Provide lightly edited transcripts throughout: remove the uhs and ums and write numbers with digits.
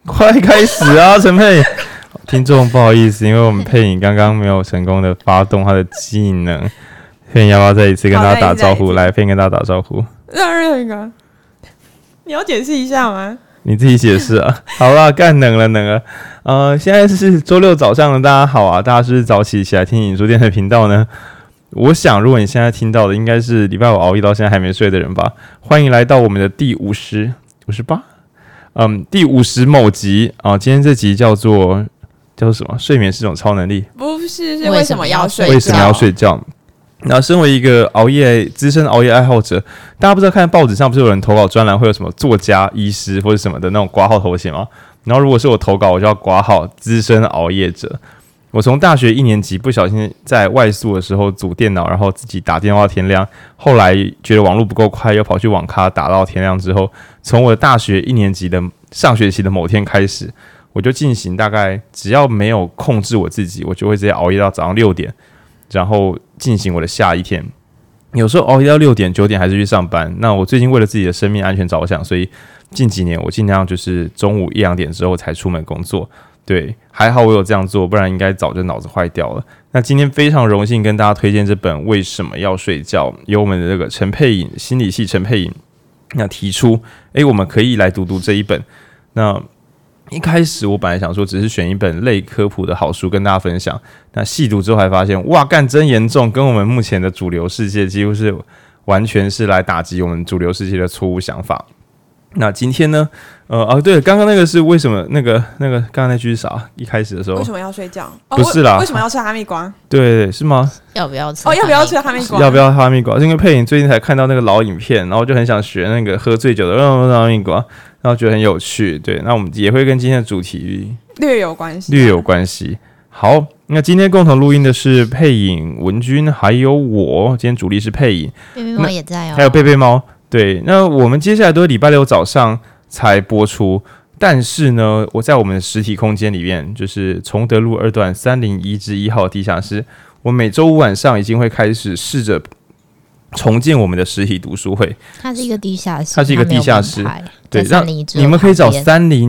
快开始啊，陈佩！听众不好意思，因为我们佩颖刚刚没有成功的发动他的技能。佩颖要不要再一次跟大家打招呼？来，佩颖跟大家打招呼。 那个，你要解释一下吗？ 你自己解释啊。好啦，干冷了。现在是周六早上的，大家好啊！大家是不是早起来听影书店的频道呢？我想，如果你现在听到的应该是礼拜五熬夜到现在还没睡的人吧？欢迎来到我们的第58，第50某集啊！今天这集叫做什么？睡眠是种超能力？ 不是，是为什么要睡觉？ 为什么要睡觉？那身为一个资深熬夜爱好者，大家不知道看报纸上不是有人投稿专栏会有什么作家、医师或者什么的那种挂号头衔吗？然后如果是我投稿，我就要挂号资深熬夜者。我从大学1年级不小心在外宿的时候组电脑，然后自己打电话天亮，后来觉得网络不够快，又跑去网咖打到天亮之后，从我的大学1年级的上学期的某天开始，我就进行大概只要没有控制我自己，我就会直接熬夜到早上6点，然后进行我的下一天。有时候熬夜到6点9点还是去上班。那我最近为了自己的生命安全着想，所以近几年我尽量就是中午1、2点之后才出门工作。对，还好我有这样做，不然应该早就脑子坏掉了。那今天非常荣幸跟大家推荐这本《为什么要睡觉》，由我们的这个陈佩颖心理系陈佩颖那提出，我们可以来读这一本。那一开始我本来想说只是选一本类科普的好书跟大家分享，那细读之后还发现，哇，干真严重，跟我们目前的主流世界几乎是完全是来打击我们主流世界的错误想法。那今天呢？对，刚刚那个是为什么？那个，刚刚那句是啥？一开始的时候， 为什么要睡觉？ 不是啦， 为什么要吃哈密瓜？ 对，是吗？ 要不要吃？ 要不要吃哈密瓜？ 要不要哈密瓜？因为佩颖最近才看到那个老影片，然后就很想学那个喝醉酒的哈密瓜，然后觉得很有趣。对，那我们也会跟今天的主题略有关系。 好，那今天共同录音的是佩颖、文君还有我。今天主力是佩颖， 贝贝猫也在哦， 还有贝贝猫。对，那我们接下来都是礼拜六早上才播出，但是呢，我在我们的实体空间里面，就是崇德路2段301-1号地下室，我每周五晚上已经会开始试着重建我们的实体读书会。 它是一个地下室， 对，让你们可以找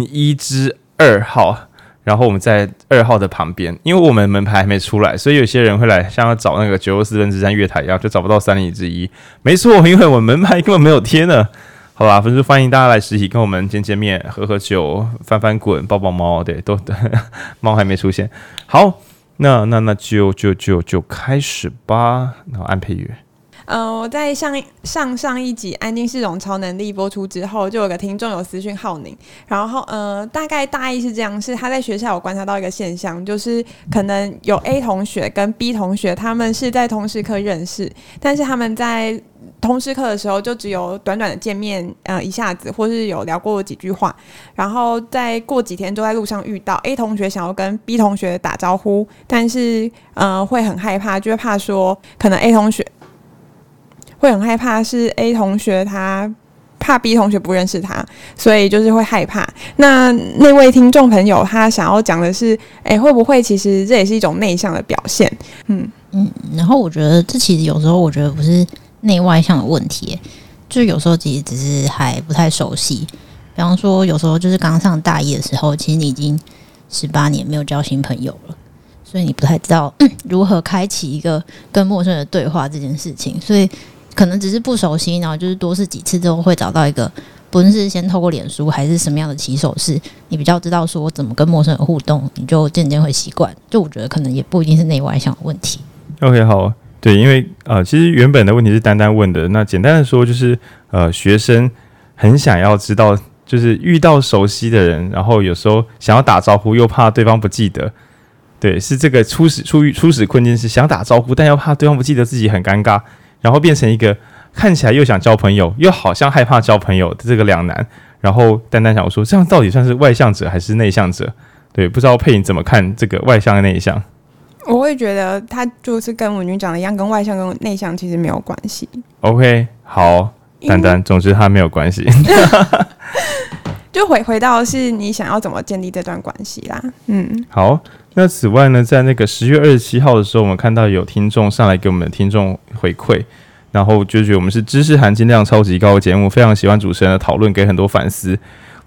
301-2号。然后我们在2号的旁边，因为我们门牌还没出来，所以有些人会来像要找那个964-3月台一样，就找不到301-1。没错，因为我们门牌根本没有贴呢。好吧，粉丝欢迎大家来实体跟我们见面、喝酒、翻滚、抱猫，对，都猫还没出现。好，那就开始吧。然后按配乐。 我在上一集《安静是种超能力》播出之后，就有个听众有私讯浩宁，然后大概大意是这样：是他在学校有观察到一个现象，就是可能有 A 同学跟 B 同学，他们是在通识课认识，但是他们在通识课的时候就只有短短的见面一下子，或是有聊过几句话，然后再过几天就在路上遇到 A 同学想要跟 B 同学打招呼，但是会很害怕，就会怕说可能 A 同学。会很害怕是 A 同学他怕 B 同学不认识他，所以就是会害怕。那位听众朋友他想要讲的是，会不会其实这也是一种内向的表现？ 然后我觉得这其实有时候我觉得不是内外向的问题，就有时候其实只是还不太熟悉。比方说有时候就是刚上大一的时候，其实你已经18年没有交新朋友了，所以你不太知道如何开启一个跟陌生人的对话这件事情，所以可能只是不熟悉，然后就是多试几次之后会找到一个，不论是先透过脸书还是什么样的起手式，你比较知道说怎么跟陌生人互动，你就渐渐会习惯。就我觉得可能也不一定是内外向的问题。 OK， 好，对，因为其实原本的问题是丹丹问的，那简单的说就是学生很想要知道，就是遇到熟悉的人，然后有时候想要打招呼，又怕对方不记得。对，是这个初始困境是想打招呼，但又怕对方不记得自己很尴尬。然后变成一个看起来又想交朋友，又好像害怕交朋友的这个两难。然后丹丹想说，这样到底算是外向者还是内向者？对，不知道佩颖怎么看这个外向和内向？ 我会觉得他就是跟文君讲的一样，跟外向跟内向其实没有关系。 OK， 好，丹丹，总之他没有关系。 就回到是你想要怎么建立这段关系啦。 好。那此外呢，在那个10月27号的时候，我们看到有听众上来给我们的听众回馈，然后就觉得我们是知识含金量超级高的节目，非常喜欢主持人的讨论，给很多反思。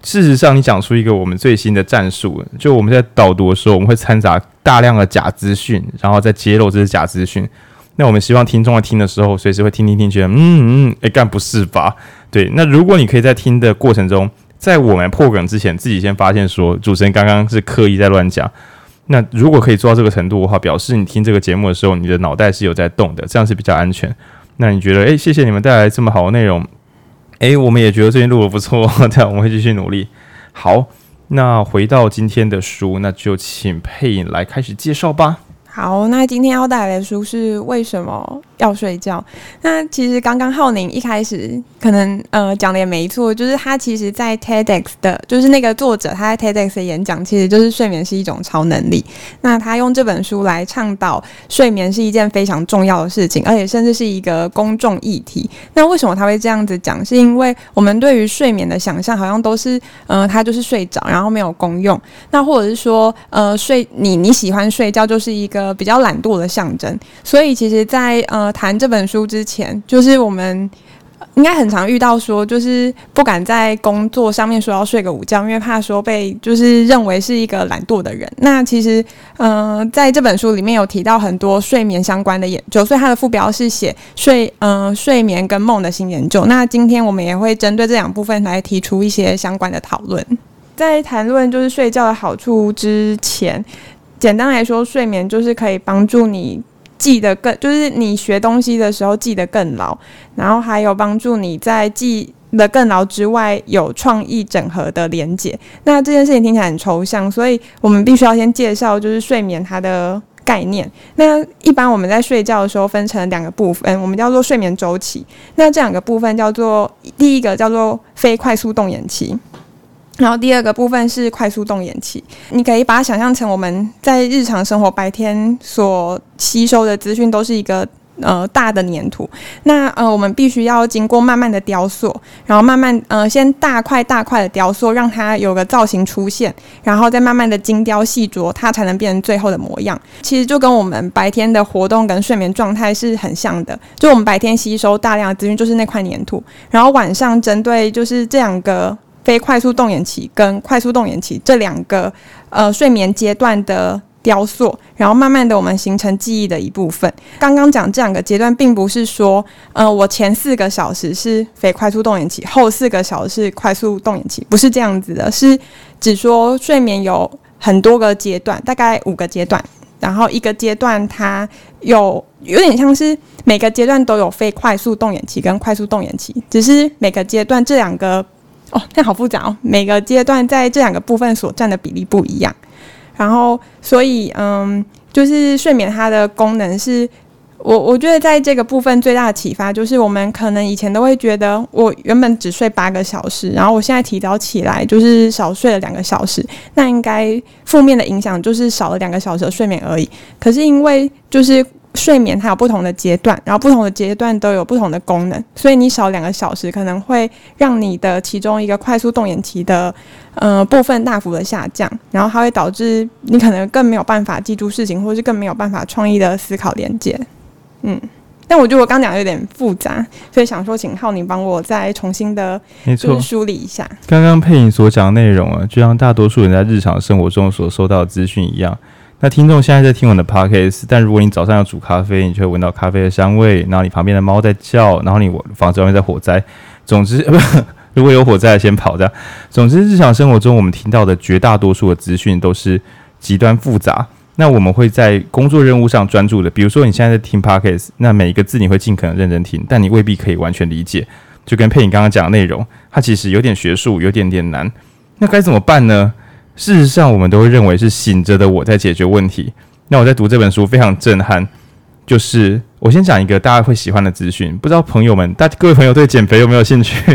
事实上，你讲出一个我们最新的战术，就我们在导读的时候，我们会掺杂大量的假资讯，然后再揭露这是假资讯。那我们希望听众在听的时候，随时会听，觉得干不是吧？对，那如果你可以在听的过程中，在我们破梗之前，自己先发现说主持人刚刚是刻意在乱讲。那如果可以做到这个程度的话，表示你听这个节目的时候，你的脑袋是有在动的，这样是比较安全。那你觉得，谢谢你们带来这么好的内容。我们也觉得最近录得不错，这样我们会继续努力。好，那回到今天的书，那就请佩颖来开始介绍吧。 好，那今天要带来的书是为什么要睡觉？那其实刚刚浩宁一开始可能讲的也没错，就是他其实在 TEDx 的，就是那个作者他在 TEDx 的演讲，其实就是睡眠是一种超能力。那他用这本书来倡导睡眠是一件非常重要的事情，而且甚至是一个公众议题。那为什么他会这样子讲？是因为我们对于睡眠的想象好像都是他就是睡着，然后没有功用。那或者是说你喜欢睡觉就是一个比较懒惰的象征。所以其实在谈这本书之前，就是我们应该很常遇到说，就是不敢在工作上面说要睡个午觉，因为怕说被就是认为是一个懒惰的人。那其实在这本书里面有提到很多睡眠相关的研究，所以它的副标是写睡眠跟梦的新研究。那今天我们也会针对这两部分来提出一些相关的讨论。在谈论就是睡觉的好处之前，简单来说，睡眠就是可以帮助你记得就是你学东西的时候记得更牢，然后还有帮助你在记得更牢之外有创意整合的连结。那这件事情听起来很抽象，所以我们必须要先介绍就是睡眠它的概念。那一般我们在睡觉的时候分成两个部分，我们叫做睡眠周期。那这两个部分叫做，第一个叫做非快速动眼期，然后第二个部分是快速动眼期。你可以把它想象成我们在日常生活白天所吸收的资讯都是一个大的粘土。那我们必须要经过慢慢的雕塑，然后慢慢先大块的雕塑，让它有个造型出现，然后再慢慢的精雕细琢，它才能变成最后的模样。其实就跟我们白天的活动跟睡眠状态是很像的，就我们白天吸收大量的资讯就是那块粘土，然后晚上针对就是这两个非快速动眼期跟快速动眼期这两个睡眠阶段的雕塑，然后慢慢的我们形成记忆的一部分。刚刚讲这两个阶段并不是说我前4个小时是非快速动眼期，后4个小时是快速动眼期，不是这样子的，是指说睡眠有很多个阶段，大概5个阶段，然后一个阶段它有点像是每个阶段都有非快速动眼期跟快速动眼期，只是每个阶段这两个那好复杂哦，每个阶段在这两个部分所占的比例不一样。然后所以就是睡眠它的功能是，我觉得在这个部分最大的启发就是我们可能以前都会觉得我原本只睡8个小时，然后我现在提早起来就是少睡了2个小时，那应该负面的影响就是少了2个小时的睡眠而已。可是因为就是睡眠它有不同的阶段，然后不同的阶段都有不同的功能，所以你少2个小时可能会让你的其中一个快速动眼期的部分大幅的下降，然后它会导致你可能更没有办法记住事情，或是更没有办法创意的思考连接。但我觉得我刚讲的有点复杂，所以想说请浩宁帮我再重新的就是梳理一下。 刚刚佩颖所讲的内容就像大多数人在日常生活中所收到的资讯一样。那听众现在在听我的 podcast， 但如果你早上要煮咖啡，你就会闻到咖啡的香味，然后你旁边的猫在叫，然后你房子外面在火灾，总之如果有火灾先跑这样。总之日常生活中我们听到的绝大多数的资讯都是极端复杂，那我们会在工作任务上专注的，比如说你现在在听 podcast， 那每一个字你会尽可能认真听，但你未必可以完全理解，就跟佩颖刚刚讲的内容，它其实有点学术，有点难。那该怎么办呢？事实上我们都会认为是醒着的我在解决问题。那我在读这本书非常震撼，就是我先讲一个大家会喜欢的资讯，不知道朋友们各位朋友对减肥有没有兴趣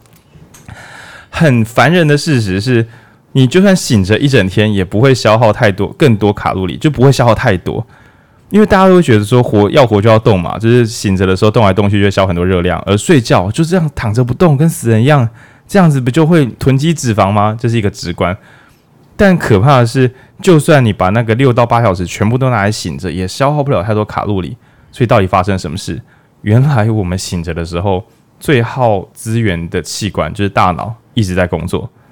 很烦人的事实是，你就算醒着一整天也不会消耗更多卡路里，就不会消耗太多。因为大家都会觉得说要活就要动嘛，就是醒着的时候动来动去就会消很多热量，而睡觉就这样躺着不动跟死人一样，这样子不就会囤积脂肪吗？这是一个直观。但可怕的是，就算你把那个6到8小时全部都拿来醒着，也消耗不了太多卡路里。所以到底发生什么事？原来我们醒着的时候，最耗资源的器官就是大脑一直在工作。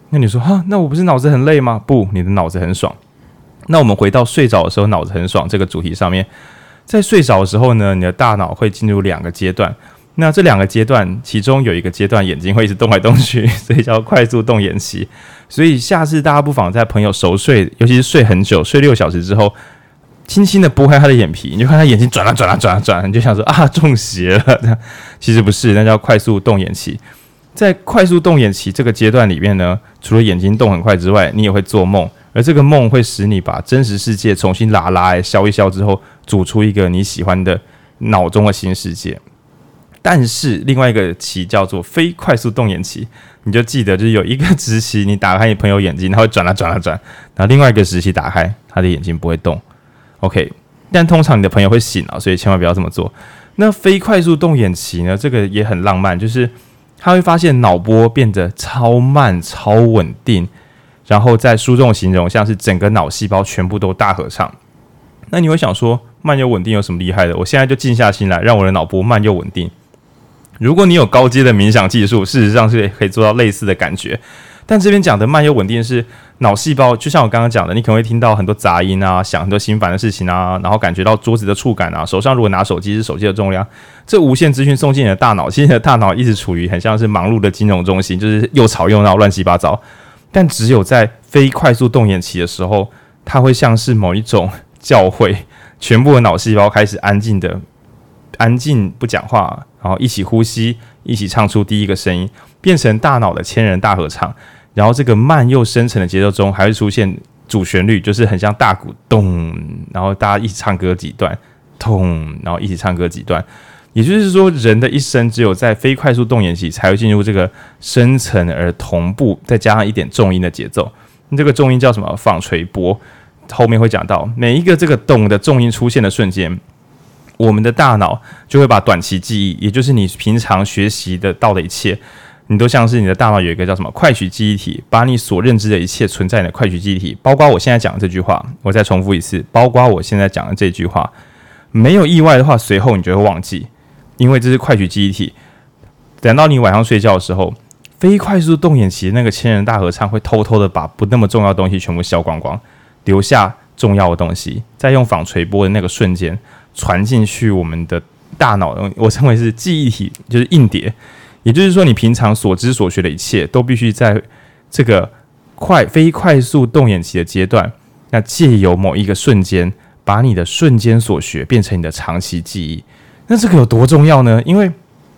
那你说哈，那我不是脑子很累吗？不，你的脑子很爽。那我们回到睡着的时候脑子很爽这个主题上面，在睡着的时候呢，你的大脑会进入2个阶段。那这2个阶段，其中有一个阶段眼睛会一直动来动去，所以叫快速动眼期。所以下次大家不妨在朋友熟睡，尤其是睡很久，睡6小时之后，轻轻的拨开他的眼皮，你就看他眼睛转啊转啊转啊转，你就想说啊中邪了。其实不是，那叫快速动眼期。在快速动眼期这个阶段里面呢，除了眼睛动很快之外，你也会做梦，而这个梦会使你把真实世界重新拉来消一消之后，组出一个你喜欢的脑中的新世界。但是另外一个期叫做非快速动眼期，你就记得就是有一个时期你打开你朋友眼睛，他会转啊转啊转，然后另外一个时期打开，他的眼睛不会动。OK， 但通常你的朋友会醒啊，所以千万不要这么做。那非快速动眼期呢，这个也很浪漫，就是他会发现脑波变得超慢、超稳定，然后在书中形容像是整个脑细胞全部都大合唱。那你会想说，慢又稳定有什么厉害的？我现在就静下心来，让我的脑波慢又稳定。如果你有高阶的冥想技术，事实上是可以做到类似的感觉。但这边讲的慢又稳定是脑细胞，就像我刚刚讲的，你可能会听到很多杂音啊，想很多心烦的事情啊，然后感觉到桌子的触感啊，手上如果拿手机是手机的重量，这无限资讯送进你的大脑，其实你的大脑一直处于很像是忙碌的金融中心，就是又吵又闹，乱七八糟。但只有在非快速动眼期的时候，它会像是某一种教会，全部的脑细胞开始安静不讲话，然后一起呼吸，一起唱出第一个声音，变成大脑的千人大合唱。然后这个慢又深沉的节奏中，还会出现主旋律，就是很像大鼓咚，然后大家一起唱歌几段，咚，然后一起唱歌几段。也就是说，人的一生只有在非快速动眼期才会进入这个深层而同步，再加上一点重音的节奏。这个重音叫什么？纺锤波。后面会讲到，每一个这个咚的重音出现的瞬间，我们的大脑就会把短期记忆，也就是你平常学习的到的一切，你都像是你的大脑有一个叫什么快取记忆体，把你所认知的一切存在你的快取记忆体，包括我现在讲的这句话，我再重复一次，包括我现在讲的这句话，没有意外的话，随后你就会忘记，因为这是快取记忆体。等到你晚上睡觉的时候，非快速动眼期的那个千人大合唱会偷偷的把不那么重要的东西全部消光光，留下重要的东西，再用纺锤波的那个瞬间传进去我们的大脑，我称为是记忆体，就是硬碟。也就是说，你平常所知所学的一切，都必须在这个非快速动眼期的阶段，那借由某一个瞬间，把你的瞬间所学变成你的长期记忆。那这个有多重要呢？因为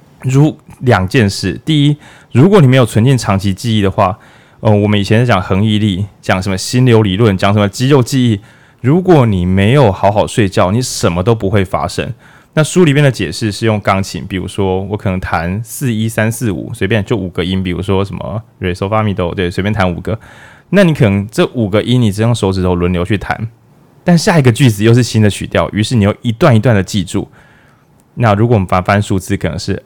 2件事，第一，如果你没有存进长期记忆的话，我们以前在讲恒毅力，讲什么心流理论，讲什么肌肉记忆，如果你没有好好睡觉，你什么都不会发生。那书里面的解释是用钢琴，比如说我可能弹4-1-3-4-5，随便就5个音，比如说什么 re sol fa mi do， 对，随便弹5个。那你可能这5个音你只用手指头轮流去弹，但下一个句子又是新的曲调，于是你又一段一段的记住。那如果我们把它翻数字，可能是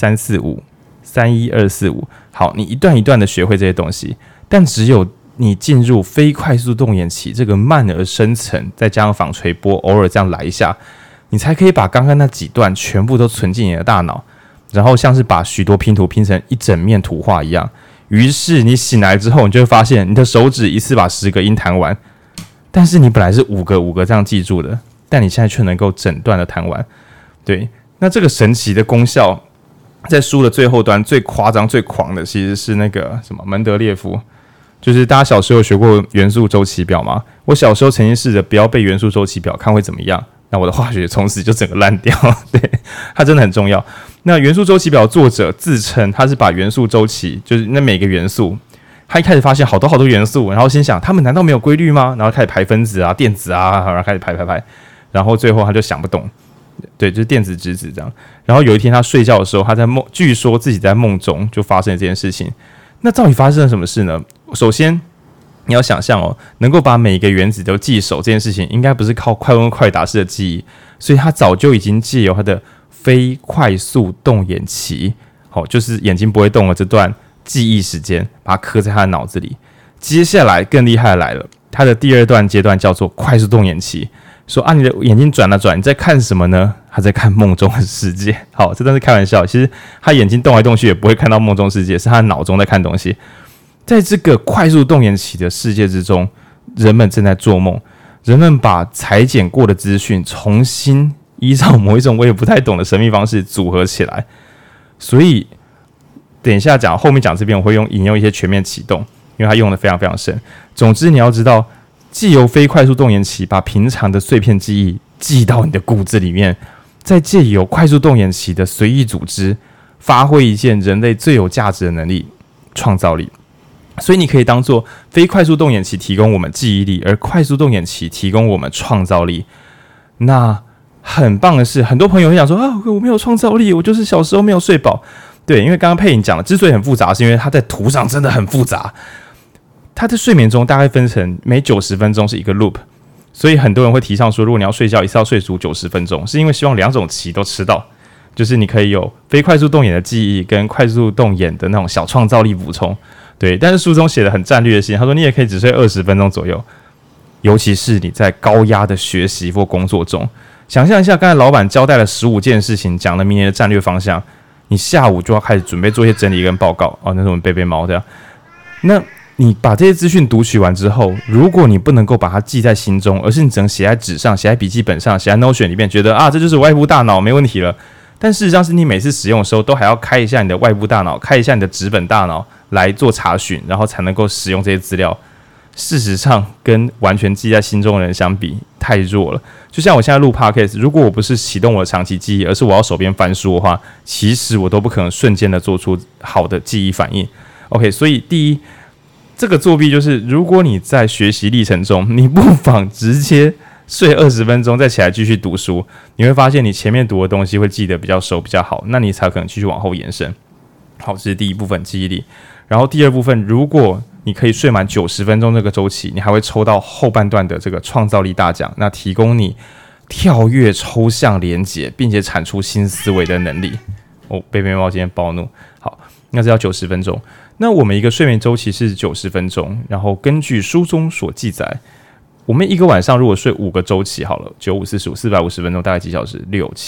2-1-3-4-5、3-1-2-4-5。好，你一段一段的学会这些东西，但只有你进入非快速动眼期，这个慢而深层，再加上纺锤波偶尔这样来一下，你才可以把刚刚那几段全部都存进你的大脑，然后像是把许多拼图拼成一整面图画一样。于是你醒来之后，你就会发现你的手指一次把10个音弹完，但是你本来是5个这样记住的，但你现在却能够整段的弹完。对，那这个神奇的功效，在书的最后端最夸张最狂的其实是那个什么门德列夫。就是大家小时候有学过元素周期表吗？我小时候曾经试着不要背元素周期表，看会怎么样。那我的化学从此就整个烂掉。对，它真的很重要。那元素周期表作者自称他是把元素周期，就是那每个元素，他一开始发现好多元素，然后心想他们难道没有规律吗？然后开始排分子啊、电子啊，然后开始排，然后最后他就想不懂。对，就是电子质子这样。然后有一天他睡觉的时候，他在据说自己在梦中就发生了这件事情。那到底发生了什么事呢？首先你要想象能够把每一个原子都记熟这件事情，应该不是靠快问快答式的记忆，所以他早就已经借由他的非快速动眼期，就是眼睛不会动的这段记忆时间，把它刻在他的脑子里。接下来更厉害的来了，他的第2段阶段叫做快速动眼期。说你的眼睛转啊转，你在看什么呢？他在看梦中的世界。好，这真是开玩笑。其实他眼睛动来动去也不会看到梦中世界，是他脑中在看东西。 在这个快速动眼期的世界之中，人们正在做梦，人们把裁剪过的资讯重新依照某一种我也不太懂的神秘方式组合起来。所以等一下后面讲这边我会引用一些全面启动，因为它用的非常非常深。总之你要知道，藉由非快速动眼期把平常的碎片记忆记到你的骨子里面，再借由快速动眼期的随意组织，发挥一件人类最有价值的能力——创造力。所以你可以当做非快速动眼期提供我们记忆力，而快速动眼期提供我们创造力。那很棒的是，很多朋友会讲说我没有创造力，我就是小时候没有睡饱。对，因为刚刚佩颖讲了，之所以很复杂，是因为它在图上真的很复杂。它在睡眠中大概分成每90分钟是一个 loop， 所以很多人会提倡说，如果你要睡觉，一次要睡足90分钟，是因为希望两种期都吃到，就是你可以有非快速动眼的记忆跟快速动眼的那种小创造力补充。对，但是书中写的很战略的事情，他说你也可以只睡20分钟左右，尤其是你在高压的学习或工作中。想象一下，刚才老板交代了15件事情，讲了明年的战略方向，你下午就要开始准备做一些整理跟报告。那是我们贝贝猫这样。那你把这些资讯读取完之后，如果你不能够把它记在心中，而是你只能写在纸上、写在笔记本上、写在 Notion 里面，觉得这就是外部大脑，没问题了。但事实上是你每次使用的时候，都还要开一下你的外部大脑，开一下你的纸本大脑来做查询，然后才能够使用这些资料。事实上，跟完全记在心中的人相比，太弱了。就像我现在录 Podcast， 如果我不是启动我的长期记忆，而是我要手边翻书的话，其实我都不可能瞬间的做出好的记忆反应。OK， 所以第一，这个作弊就是，如果你在学习历程中，你不妨直接睡20分钟，再起来继续读书，你会发现你前面读的东西会记得比较熟、比较好，那你才可能继续往后延伸。好，这是第一部分记忆力。然后第二部分，如果你可以睡满90分钟这个周期，你还会抽到后半段的这个创造力大奖，那提供你跳跃抽象连结，并且产出新思维的能力。贝贝猫今天暴怒。好，那这要90分钟。那我们一个睡眠周期是90分钟，然后根据书中所记载，我们一个晚上如果睡5个周期好了，95、45、450分钟，大概几小时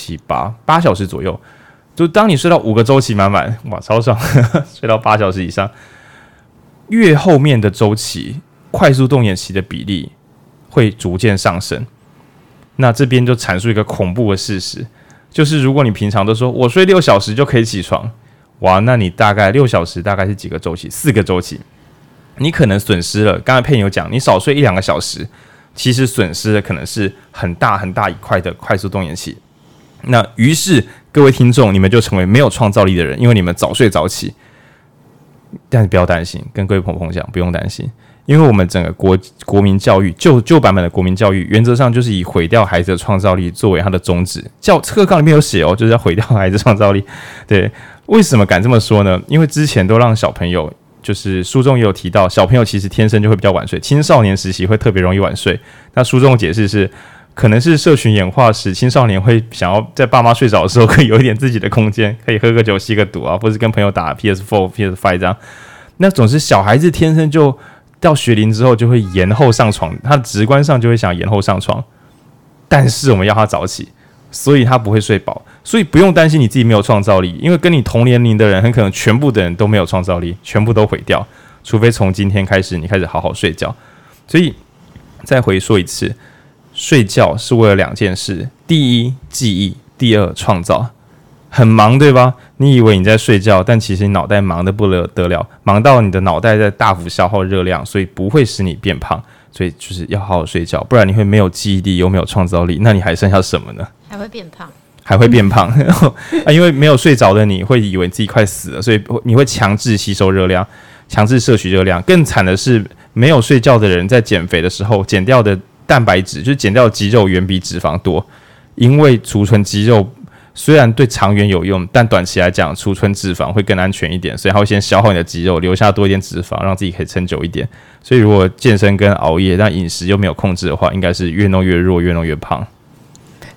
？6、7、8小时左右。就当你睡到5个周期满，哇，超爽，睡到8小时以上。越后面的周期，快速动眼期的比例会逐渐上升。那这边就阐述一个恐怖的事实，就是如果你平常都说我睡6小时就可以起床，哇，那你大概6小时大概是几个周期？4个周期，你可能损失了。刚才佩妮有讲，你少睡1-2个小时，其实损失的可能是很大很大一块的快速动眼期。那于是各位听众，你们就成为没有创造力的人，因为你们早睡早起。但是不要担心，跟各位朋友讲，不用担心，因为我们整个国民教育旧版本的国民教育，原则上就是以毁掉孩子的创造力作为它的宗旨。课纲里面有写就是要毁掉孩子创造力。对，为什么敢这么说呢？因为之前都让小朋友，就是书中也有提到，小朋友其实天生就会比较晚睡，青少年时期会特别容易晚睡。那书中的解释是，可能是社群演化时，青少年会想要在爸妈睡着的时候，可以有一点自己的空间，可以喝个酒、吸个毒或是跟朋友打 PS4、PS5 这样。那总是小孩子天生就到学龄之后就会延后上床，他直观上就会想延后上床，但是我们要他早起，所以他不会睡饱。所以不用担心你自己没有创造力，因为跟你同年龄的人，很可能全部的人都没有创造力，全部都毁掉，除非从今天开始你开始好好睡觉。所以再回说一次，睡觉是为了2件事：第一，记忆；第二，创造。很忙对吧？你以为你在睡觉，但其实你脑袋忙得不得了，忙到你的脑袋在大幅消耗热量，所以不会使你变胖。所以就是要好好睡觉，不然你会没有记忆力又没有创造力，那你还剩下什么呢？ 还会变胖。 还会变胖因为没有睡着的你会以为自己快死了，所以你会强制吸收热量，强制摄取热量。更惨的是，没有睡觉的人在减肥的时候，减掉的蛋白质，就是减掉的肌肉远比脂肪多，因为储存肌肉虽然对长远有用，但短期来讲，储存脂肪会更安全一点，所以它会先消耗你的肌肉，留下多一点脂肪，让自己可以撑久一点。所以如果健身跟熬夜，但饮食又没有控制的话，应该是越弄越弱，越弄越胖。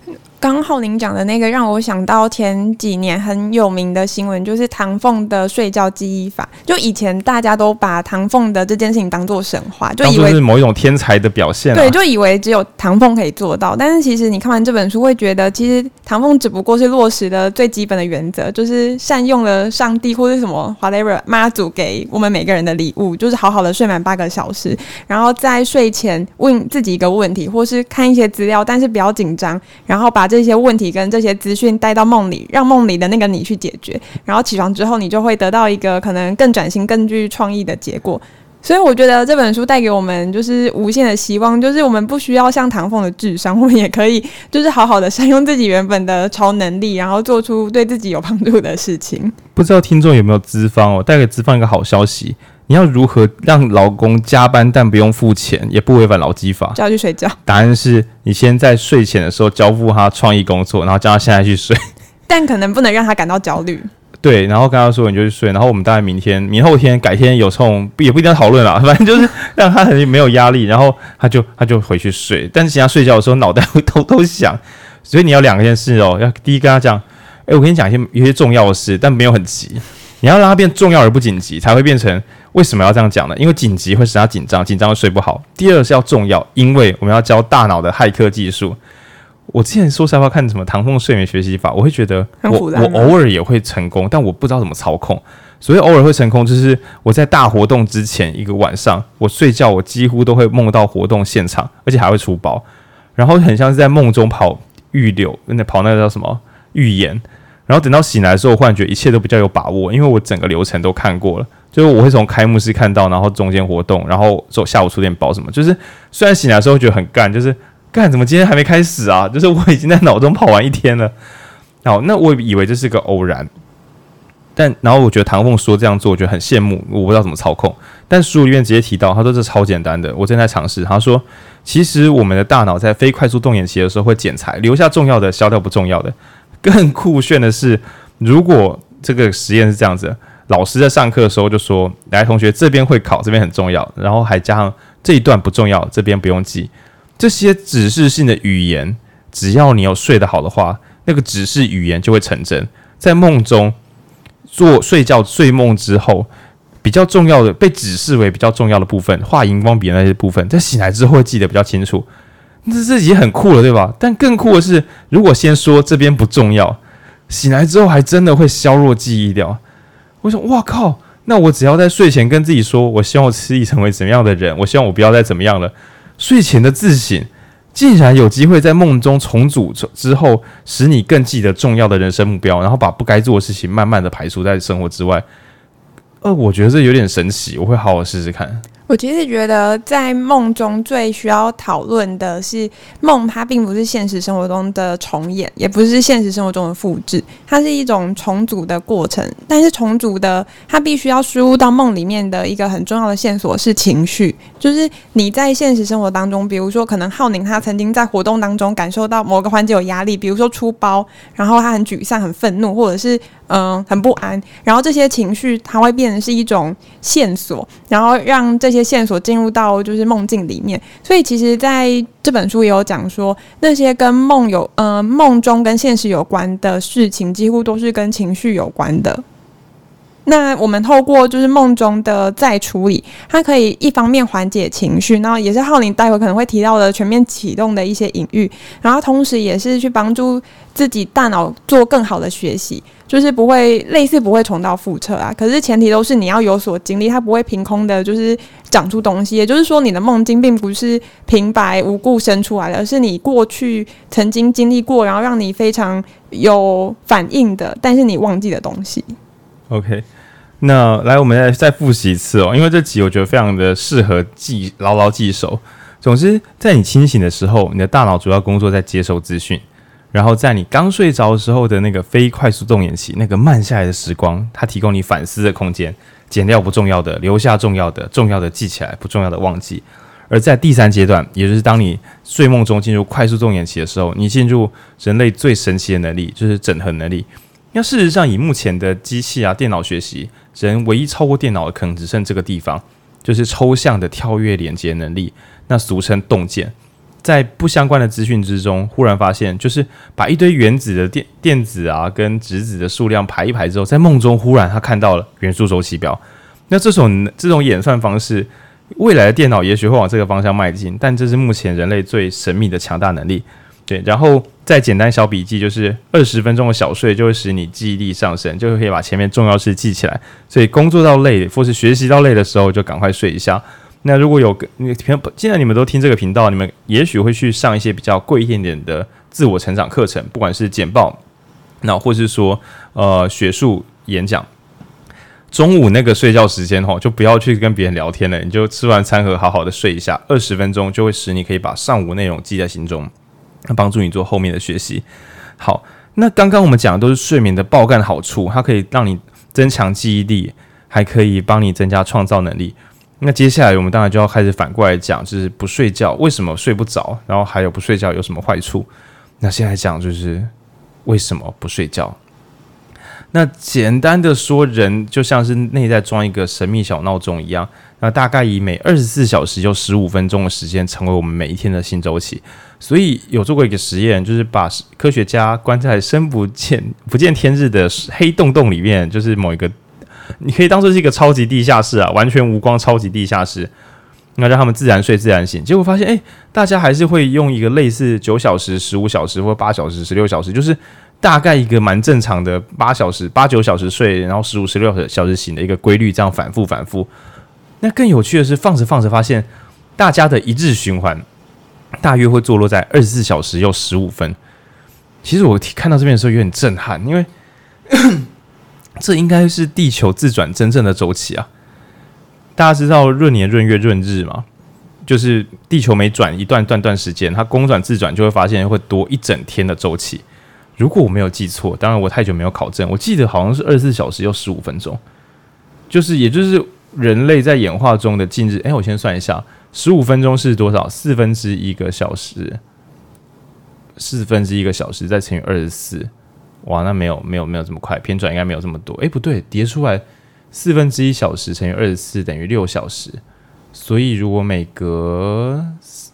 刚刚浩宁讲的那个让我想到前几年很有名的新闻，就是唐凤的睡觉记忆法。就以前大家都把唐凤的这件事情当作神话，就以为是某一种天才的表现、啊， 对，就以为只有唐凤可以做到。但是其实你看完这本书会觉得，其实唐凤只不过是落实了最基本的原则，就是善用了上帝或是什么 whatever 妈祖给我们每个人的礼物，就是好好的睡满8个小时，然后在睡前问自己一个问题，或是看一些资料，但是不要紧张，然后把这些问题跟这些资讯带到梦里，让梦里的那个你去解决，然后起床之后你就会得到一个可能更崭新更具创意的结果。所以我觉得这本书带给我们就是无限的希望，就是我们不需要像唐凤的智商，我们也可以就是好好的善用自己原本的超能力，然后做出对自己有帮助的事情。 不知道听众有没有资方哦？带给资方一个好消息，你要如何让劳工加班但不用付钱，也不违反劳基法？ 就要去睡觉。答案是你先在睡前的时候交付他创意工作，然后叫他现在去睡， 但可能不能让他感到焦虑。 对，然后跟他说你就去睡，然后我们大概明后天、改天有空也不一定要讨论啦，反正就是让他很没有压力，然后他就回去睡。但是其实他睡觉的时候脑袋会偷偷想，所以你要2件事哦。要第一跟他讲，我跟你讲有些重要的事，但没有很急。你要让它变重要而不紧急，才会变成为什么要这样讲呢？因为紧急会使他紧张，紧张会睡不好。第二是要重要，因为我们要教大脑的骇客技术。我之前说实话看什么唐凤睡眠学习法，我会觉得我偶尔也会成功，但我不知道怎么操控。所以偶尔会成功，就是我在大活动之前一个晚上，我睡觉我几乎都会梦到活动现场，而且还会出包，然后很像是在梦中跑预留，跑那个叫什么预演。然后等到醒来的时候，我忽然觉得一切都比较有把握，因为我整个流程都看过了。就是我会从开幕式看到，然后中间活动，然后下午出点包什么。就是虽然醒来的时候觉得很干，就是干怎么今天还没开始啊？就是我已经在脑中跑完1天了。好，那我以为这是个偶然，然后我觉得唐凤说这样做，我觉得很羡慕，我不知道怎么操控。但书里面直接提到，他说这超简单的，我正在尝试。他说，其实我们的大脑在非快速动眼期的时候会剪裁，留下重要的，消掉不重要的。更酷炫的是，如果这个实验是这样子，老师在上课的时候就说：“来，同学，这边会考，这边很重要。”然后还加上这一段不重要，这边不用记。这些指示性的语言，只要你有睡得好的话，那个指示语言就会成真。在梦中睡觉睡梦之后，比较重要的被指示为比较重要的部分，画荧光笔的那些部分，在醒来之后会记得比较清楚。这已经很酷了，对吧？但更酷的是，如果先说这边不重要，醒来之后还真的会削弱记忆掉。我说哇靠，那我只要在睡前跟自己说，我希望我自己成为怎么样的人，我希望我不要再怎么样了。睡前的自省，竟然有机会在梦中重组之后，使你更记得重要的人生目标，然后把不该做的事情慢慢的排除在生活之外。我觉得这有点神奇，我会好好试试看。 我其实觉得在梦中最需要讨论的是，梦它并不是现实生活中的重演，也不是现实生活中的复制，它是一种重组的过程。但是重组的它必须要输入到梦里面的一个很重要的线索是情绪，就是你在现实生活当中，比如说可能浩宁他曾经在活动当中感受到某个环节有压力，比如说出包，然后他很沮丧、很愤怒，或者是很不安，然后这些情绪它会变成是一种线索，然后让这些线索进入到就是梦境里面。所以其实在这本书也有讲说，那些跟梦中跟现实有关的事情，几乎都是跟情绪有关的。那我们透过就是梦中的再处理，它可以一方面缓解情绪，然后也是浩宁待会可能会提到的全面启动的一些隐喻，然后同时也是去帮助自己大脑做更好的学习，就是不会重蹈覆辙啊。可是前提都是你要有所经历，它不会凭空的就是长出东西。也就是说，你的梦境并不是平白无故生出来的，而是你过去曾经经历过，然后让你非常有反应的，但是你忘记的东西。 OK， 那来我们再复习一次哦，因为这集我觉得非常的适合牢牢记熟。总之，在你清醒的时候，你的大脑主要工作在接收资讯，然后在你刚睡着的时候的那个非快速动眼期，那个慢下来的时光，它提供你反思的空间，减掉不重要的，留下重要的，重要的记起来，不重要的忘记。而在第3阶段，也就是当你睡梦中进入快速动眼期的时候，你进入人类最神奇的能力，就是整合能力。那事实上，以目前的机器电脑学习，人唯一超过电脑的可能只剩这个地方，就是抽象的跳跃连接能力，那俗称洞见。 在不相关的资讯之中，忽然发现，就是把一堆原子的电子啊跟质子的数量排一排之后，在梦中忽然他看到了元素周期表。那这种演算方式，未来的电脑也许会往这个方向迈进，但这是目前人类最神秘的强大能力。对，然后再简单小笔记，就是20分钟的小睡就会使你记忆力上升，就可以把前面重要事记起来。所以工作到累或是学习到累的时候，就赶快睡一下。那如果既然你们都听这个频道，你们也许会去上一些比较贵一点点的自我成长课程，不管是简报，那或是说学术演讲。中午那个睡觉时间就不要去跟别人聊天了，你就吃完餐盒好好的睡一下，20分钟就会使你可以把上午内容记在心中，帮助你做后面的学习。好，那刚刚我们讲的都是睡眠的爆干好处，它可以让你增强记忆力，还可以帮你增加创造能力。那接下来我们当然就要开始反过来讲，就是不睡觉为什么睡不着，然后还有不睡觉有什么坏处。那现在讲就是为什么不睡觉。那简单的说，人就像是内在装一个神秘小闹钟一样，那大概以每24小时就15分钟的时间成为我们每一天的新周期。所以有做过一个实验，就是把科学家关在深不见天日的黑洞洞里面，就是某一个你可以当作是一个超级地下室啊，完全无光超级地下室，那让他们自然睡自然醒。结果发现大家还是会用一个类似9小时、15小时或8小时、16小时，就是大概一个蛮正常的8、9小时睡，然后15、16小时醒的一个规律，这样反复。那更有趣的是，放着发现大家的一日循环大约会坐落在24小时又15分。其实我看到这边的时候有点震撼，因为这应该是地球自转真正的周期啊！大家知道闰年、闰月、闰日吗？就是地球每转一段时间，它公转自转就会发现会多一整天的周期。如果我没有记错，当然我太久没有考证，我记得好像是24小时又15分钟，也就是人类在演化中的近日。我先算一下，15分钟是多少？1/4个小时，1/4个小时再乘以24，哇，那没有这么快，偏转应该没有这么多。不对，叠出来1/4小时乘以24等于6小时，所以如果每隔，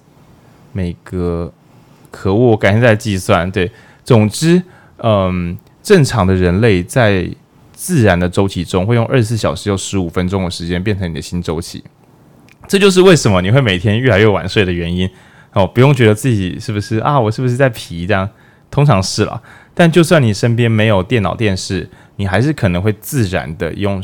可恶，我改天再计算。对。总之，正常的人类在自然的周期中会用24小时又15分钟的时间变成你的新周期，这就是为什么你会每天越来越晚睡的原因。不用觉得自己是不是我是不是在皮这样，通常是啦。但就算你身边没有电脑、电视，你还是可能会自然的用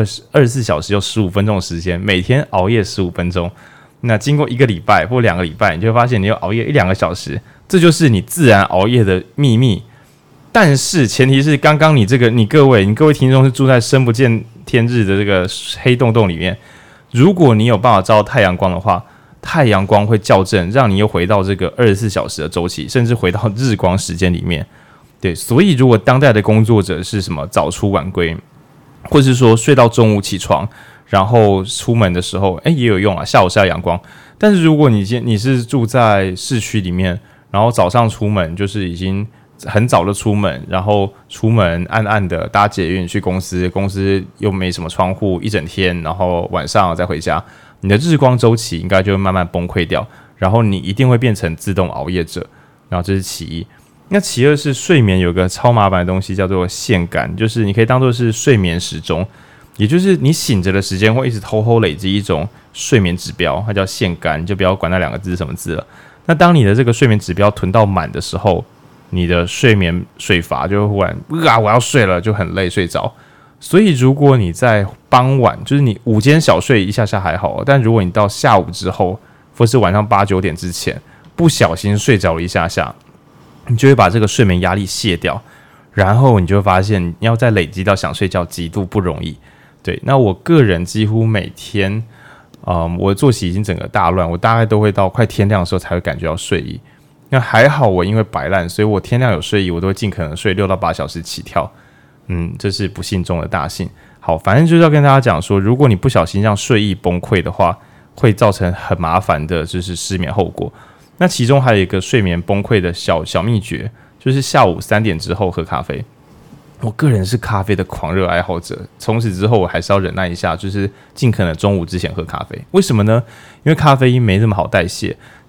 24小时又15分钟的时间，每天熬夜15分钟。那经过1个礼拜或2个礼拜，你就会发现你又熬夜1-2个小时。这就是你自然熬夜的秘密，但是前提是刚刚你各位听众是住在深不见天日的这个黑洞洞里面。如果你有办法照到太阳光的话，太阳光会校正，让你又回到这个24小时的周期，甚至回到日光时间里面。对，所以如果当代的工作者是什么早出晚归，或是说睡到中午起床，然后出门的时候，也有用啊，下午晒阳光。但是如果你是住在市区里面，然后早上出门就是已经很早的出门，然后出门暗暗的搭捷运去公司，公司又没什么窗户一整天，然后晚上再回家，你的日光周期应该就会慢慢崩溃掉，然后你一定会变成自动熬夜者。然后这是其一。那其二是睡眠有个超麻烦的东西叫做线杆，就是你可以当作是睡眠时钟，也就是你醒着的时间会一直偷偷累积一种睡眠指标，它叫线杆，你就不要管那2个字是什么字了。那当你的这个睡眠指标囤到满的时候，你的睡乏就会忽然我要睡了，就很累睡着。所以如果你在傍晚，就是你午间小睡一下还好，但如果你到下午之后，或是晚上8、9点之前不小心睡着了一下，你就会把这个睡眠压力卸掉，然后你就会发现你要再累积到想睡觉极度不容易。对，那我个人几乎每天我的作息已经整个大乱，我大概都会到快天亮的时候才会感觉到睡意。那还好我因为摆烂，所以我天亮有睡意，我都会尽可能睡6到8小时起跳。这是不幸中的大幸。好，反正就是要跟大家讲说，如果你不小心让睡意崩溃的话，会造成很麻烦的就是失眠后果。那其中还有一个睡眠崩溃的小秘诀，就是下午3点之后喝咖啡。我个人是咖啡的狂热爱好者，从此之后我还是要忍耐一下，就是尽可能中午之前喝咖啡。为什么呢？因为咖啡因没那么好代谢，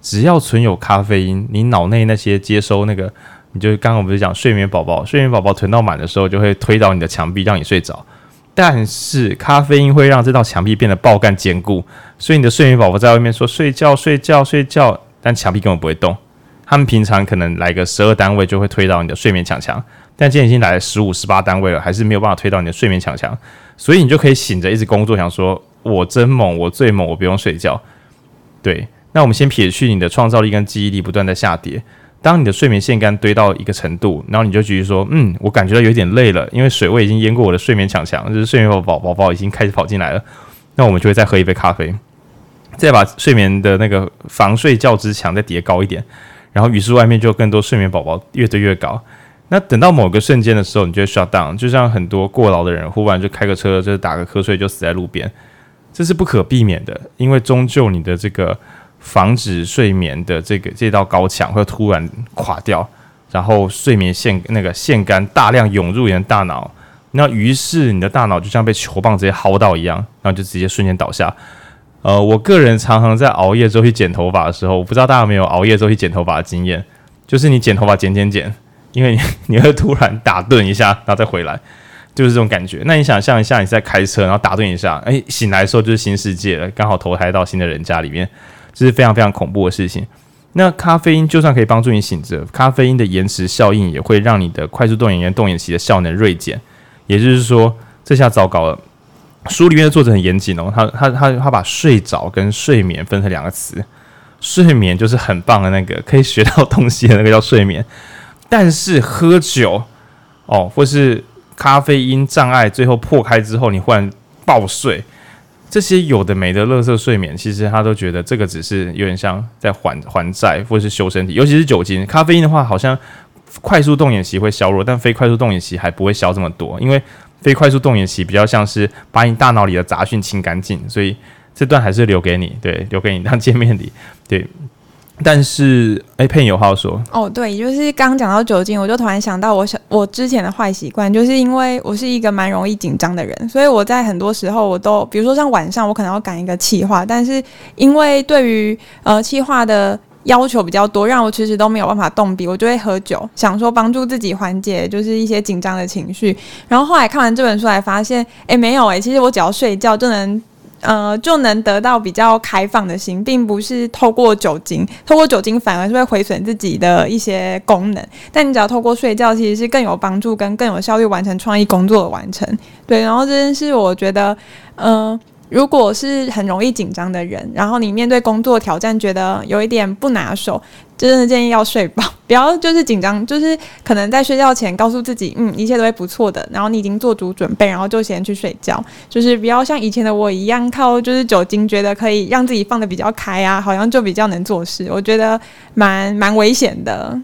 只要存有咖啡因，你脑内那些接收那个，你就刚刚我们不是讲睡眠宝宝囤到满的时候，就会推倒你的墙壁让你睡着。但是咖啡因会让这道墙壁变得爆干坚固，所以你的睡眠宝宝在外面说睡觉，但墙壁根本不会动。他们平常可能来个12单位就会推到你的睡眠墙，但今天已经来了15、18单位了，还是没有办法推到你的睡眠墙，所以你就可以醒着一直工作，想说我真猛，我最猛，我不用睡觉。对，那我们先撇去你的创造力跟记忆力不断在下跌，当你的睡眠腺苷堆到一个程度，然后你就继续说，我感觉到有点累了，因为水位已经淹过我的睡眠墙，就是睡眠宝宝已经开始跑进来了，那我们就会再喝一杯咖啡，再把睡眠的那个防睡觉之墙再叠高一点，然后于是外面就有更多睡眠宝宝越堆越高。那等到某个瞬间的时候，你就会 shut down， 就像很多过劳的人忽然就开个车，就是打个瞌睡就死在路边，这是不可避免的，因为终究你的这个防止睡眠的这道高墙会突然垮掉，然后睡眠腺苷大量涌入你的大脑，那于是你的大脑就像被球棒直接薅到一样，然后就直接瞬间倒下。我个人常常在熬夜之后去剪头发的时候，我不知道大家有没有熬夜之后去剪头发的经验，就是你剪头发剪，因为你会突然打盹一下，然后再回来，就是这种感觉。那你想象一下，你在开车，然后打盹一下，醒来的时候就是新世界了，刚好投胎到新的人家里面，这是非常非常恐怖的事情。那咖啡因就算可以帮助你醒着，咖啡因的延迟效应也会让你的快速动眼跟动眼期的效能锐减，也就是说，这下糟糕了。书里面的作者很严谨哦，他把睡着跟睡眠分成2个词，睡眠就是很棒的那个可以学到东西的那个叫睡眠，但是喝酒或是咖啡因障碍最后破开之后，你忽然爆睡，这些有的没的垃圾睡眠，其实他都觉得这个只是有点像在还债或是修身体，尤其是酒精。咖啡因的话，好像快速动眼期会削弱，但非快速动眼期还不会消这么多，因为非快速动眼期比较像是把你大脑里的杂讯清干净，所以这段还是留给你，对，留给你当见面礼，对。但是，佩妮有话要说对，就是刚讲到酒精，我就突然想到我之前的坏习惯，就是因为我是一个蛮容易紧张的人，所以我在很多时候我都，比如说像晚上，我可能要赶一个企划，但是因为对于企划的要求比较多，让我其实都没有办法动笔，我就会喝酒，想说帮助自己缓解就是一些紧张的情绪。然后后来看完这本书，才发现，没有其实我只要睡觉就能得到比较开放的心，并不是透过酒精反而是会毁损自己的一些功能。但你只要透过睡觉，其实是更有帮助跟更有效率完成创意工作的完成。对，然后这件事我觉得，如果是很容易紧张的人，然后你面对工作挑战觉得有一点不拿手，真的建议要睡饱，不要就是紧张，就是可能在睡觉前告诉自己，一切都会不错的，然后你已经做足准备，然后就先去睡觉，就是不要像以前的我一样靠就是酒精觉得可以让自己放得比较开啊，好像就比较能做事，我觉得蛮危险的，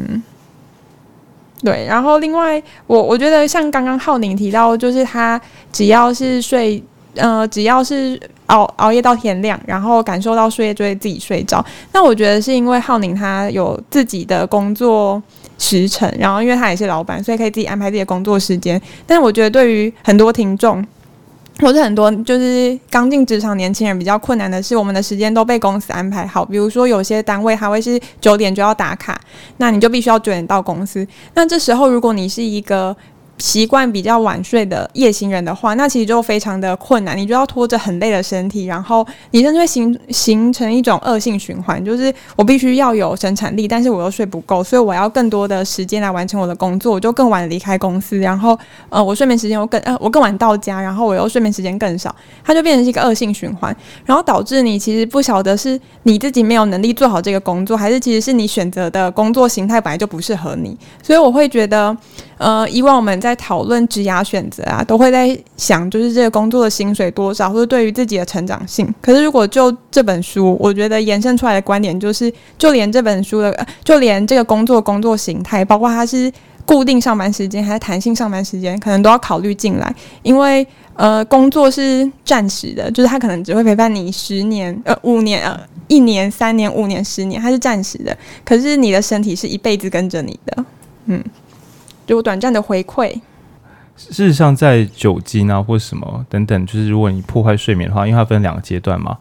对。然后另外我觉得像刚刚浩宁提到，就是他只要是熬夜到天亮，然后感受到睡夜就会自己睡着。那我觉得是因为浩宁他有自己的工作时程，然后因为他也是老板，所以可以自己安排自己的工作时间。但我觉得对于很多听众或者很多就是刚进职场年轻人比较困难的是，我们的时间都被公司安排好。比如说有些单位还会是9点就要打卡，那你就必须要9点到公司。那这时候如果你是一个习惯比较晚睡的夜行人的话，那其实就非常的困难，你就要拖着很累的身体，然后你甚至会形成一种恶性循环，就是我必须要有生产力，但是我又睡不够，所以我要更多的时间来完成我的工作，我就更晚离开公司，然后我睡眠时间我更晚到家，然后我又睡眠时间更少，它就变成一个恶性循环，然后导致你其实不晓得是你自己没有能力做好这个工作，还是其实是你选择的工作形态本来就不适合你。所以我会觉得以往我们在讨论职涯选择啊，都会在想就是这个工作的薪水多少，或者对于自己的成长性。可是如果就这本书，我觉得延伸出来的观点就是，就连这本书的，就连这个工作形态，包括它是固定上班时间还是弹性上班时间，可能都要考虑进来。因为工作是暂时的，就是它可能只会陪伴你10年、5年、1年、3年、5年、10年，它是暂时的。可是你的身体是一辈子跟着你的，就短暂的回馈。 事实上，在酒精啊或什么等等，就是如果你破坏睡眠的话，因为它分2个阶段嘛，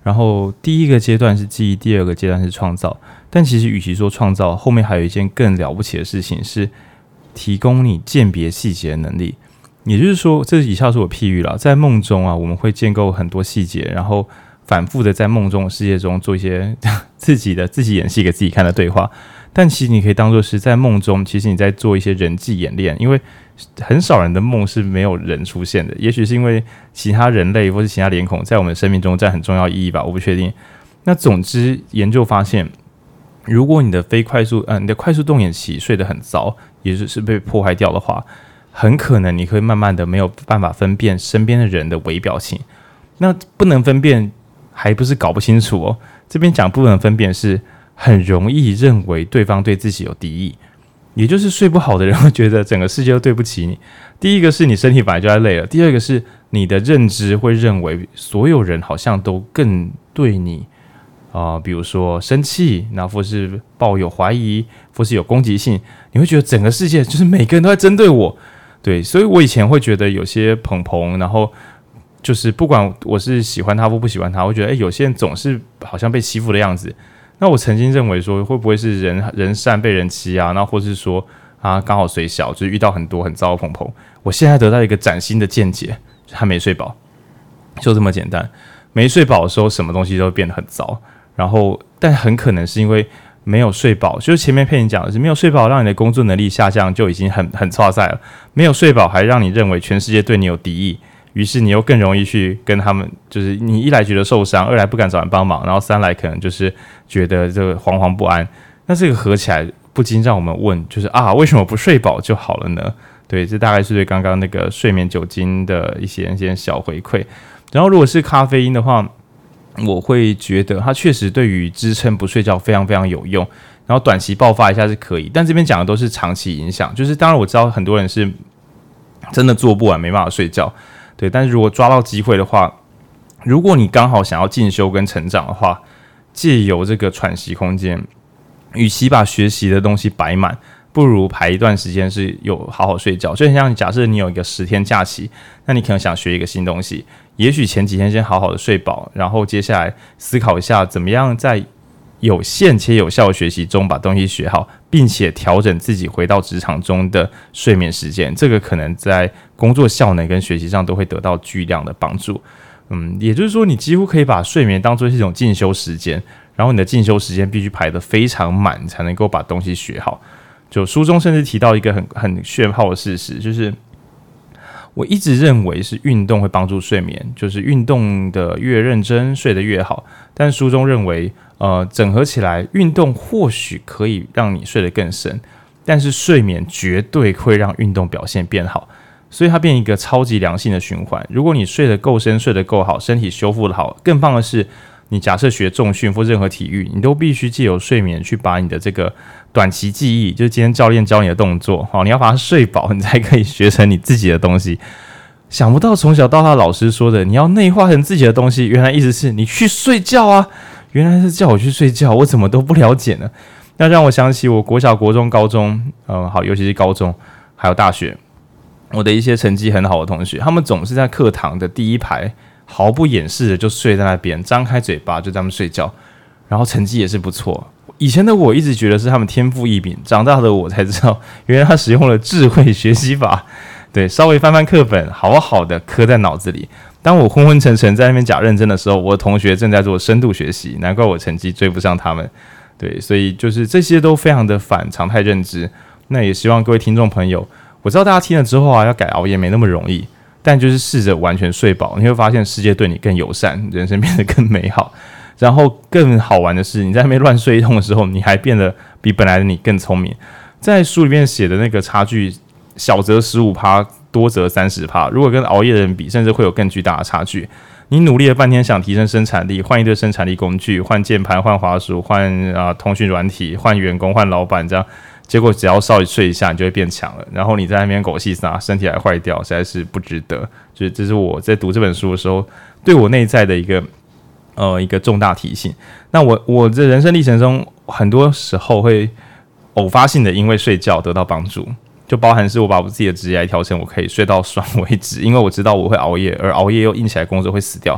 然后第一个阶段是记忆，第二个阶段是创造。但其实与其说创造，后面还有一件更了不起的事情是提供你鉴别细节的能力。也就是说，这以下是我譬喻啦，在梦中啊，我们会建构很多细节，然后反复的在梦中的世界中做一些自己演戏给自己看的对话。但其实你可以当作是在梦中，其实你在做一些人际演练，因为很少人的梦是没有人出现的，也许是因为其他人类或是其他脸孔在我们生命中占很重要意义吧，我不确定。那总之，研究发现，如果你的你的快速动眼期睡得很糟，也就是被破坏掉的话，很可能你会慢慢的没有办法分辨身边的人的微表情。那不能分辨，还不是搞不清楚哦。这边讲不能分辨是很容易认为对方对自己有敌意，也就是睡不好的人会觉得整个世界都对不起你。第一个是你身体本来就在累了，第二个是你的认知会认为所有人好像都更对你比如说生气，那或是抱有怀疑，或是有攻击性，你会觉得整个世界就是每个人都在针对我。对，所以我以前会觉得有些朋朋，然后就是不管我是喜欢他或不喜欢他，我会觉得有些人总是好像被欺负的样子。那我曾经认为说，会不会是人善被人欺啊？那或是说刚好虽小，就是遇到很多很糟的朋朋。我现在得到一个崭新的见解，就是他没睡饱，就这么简单。没睡饱的时候，什么东西都会变得很糟。然后，但很可能是因为没有睡饱，就是前面佩妮讲的是没有睡饱，让你的工作能力下降，就已经很挫赛了。没有睡饱，还让你认为全世界对你有敌意，于是你又更容易去跟他们，就是你一来觉得受伤，二来不敢找人帮忙，然后三来可能就是觉得这个惶惶不安。那这个合起来，不禁让我们问，就是为什么不睡饱就好了呢？对，这大概是对刚刚那个睡眠酒精的一些小回馈。然后，如果是咖啡因的话，我会觉得它确实对于支撑不睡觉非常非常有用，然后短期爆发一下是可以，但这边讲的都是长期影响。就是当然我知道很多人是真的做不完，没办法睡觉，对。但是如果抓到机会的话，如果你刚好想要进修跟成长的话，借由这个喘息空间，与其把学习的东西摆满，不如排一段时间是有好好睡觉。就很像假设你有一个10天假期，那你可能想学一个新东西，也许前几天先好好的睡饱，然后接下来思考一下怎么样在有限且有效的学习中把东西学好，并且调整自己回到职场中的睡眠时间，这个可能在工作效能跟学习上都会得到巨量的帮助。也就是说，你几乎可以把睡眠当作是一种进修时间，然后你的进修时间必须排得非常满，才能够把东西学好。就书中甚至提到一个很炫炮的事实，就是我一直认为是运动会帮助睡眠，就是运动的越认真，睡得越好。但书中认为，整合起来，运动或许可以让你睡得更深，但是睡眠绝对会让运动表现变好，所以它变一个超级良性的循环。如果你睡得够深，睡得够好，身体修复得好，更棒的是，你假设学重训或任何体育，你都必须借由睡眠去把你的这个短期记忆，就是今天教练教你的动作，你要把它睡饱，你才可以学成你自己的东西。想不到从小到大老师说的，你要内化成自己的东西，原来意思是你去睡觉啊！原来是叫我去睡觉，我怎么都不了解呢？那让我想起我国小、国中、高中，尤其是高中，还有大学，我的一些成绩很好的同学，他们总是在课堂的第一排，毫不掩饰的就睡在那边，张开嘴巴就在那边睡觉，然后成绩也是不错。以前的我一直觉得是他们天赋异禀，长大的我才知道，原来他使用了智慧学习法。对，稍微翻翻课本，好好的刻在脑子里。当我昏昏沉沉在那边假认真的时候，我的同学正在做深度学习，难怪我成绩追不上他们。对，所以就是这些都非常的反常态认知。那也希望各位听众朋友，我知道大家听了之后要改熬夜没那么容易，但就是试着完全睡饱，你会发现世界对你更友善，人生变得更美好。然后更好玩的是，你在那边乱睡一通的时候，你还变得比本来的你更聪明。在书里面写的那个差距，小则 15%， 多则 30%， 如果跟熬夜的人比，甚至会有更巨大的差距。你努力了半天想提升生产力，换一堆生产力工具，换键盘，换滑鼠，换通讯软体，换员工，换老板，这样结果只要稍微睡一下，你就会变强了。然后你在那边狗屁撒，身体还坏掉，实在是不值得。就是这是我在读这本书的时候，对我内在的一个重大提醒。那我的人生历程中，很多时候会偶发性的因为睡觉得到帮助。就包含是我把我自己的职业调成我可以睡到爽为止，因为我知道我会熬夜，而熬夜又硬起来工作会死掉。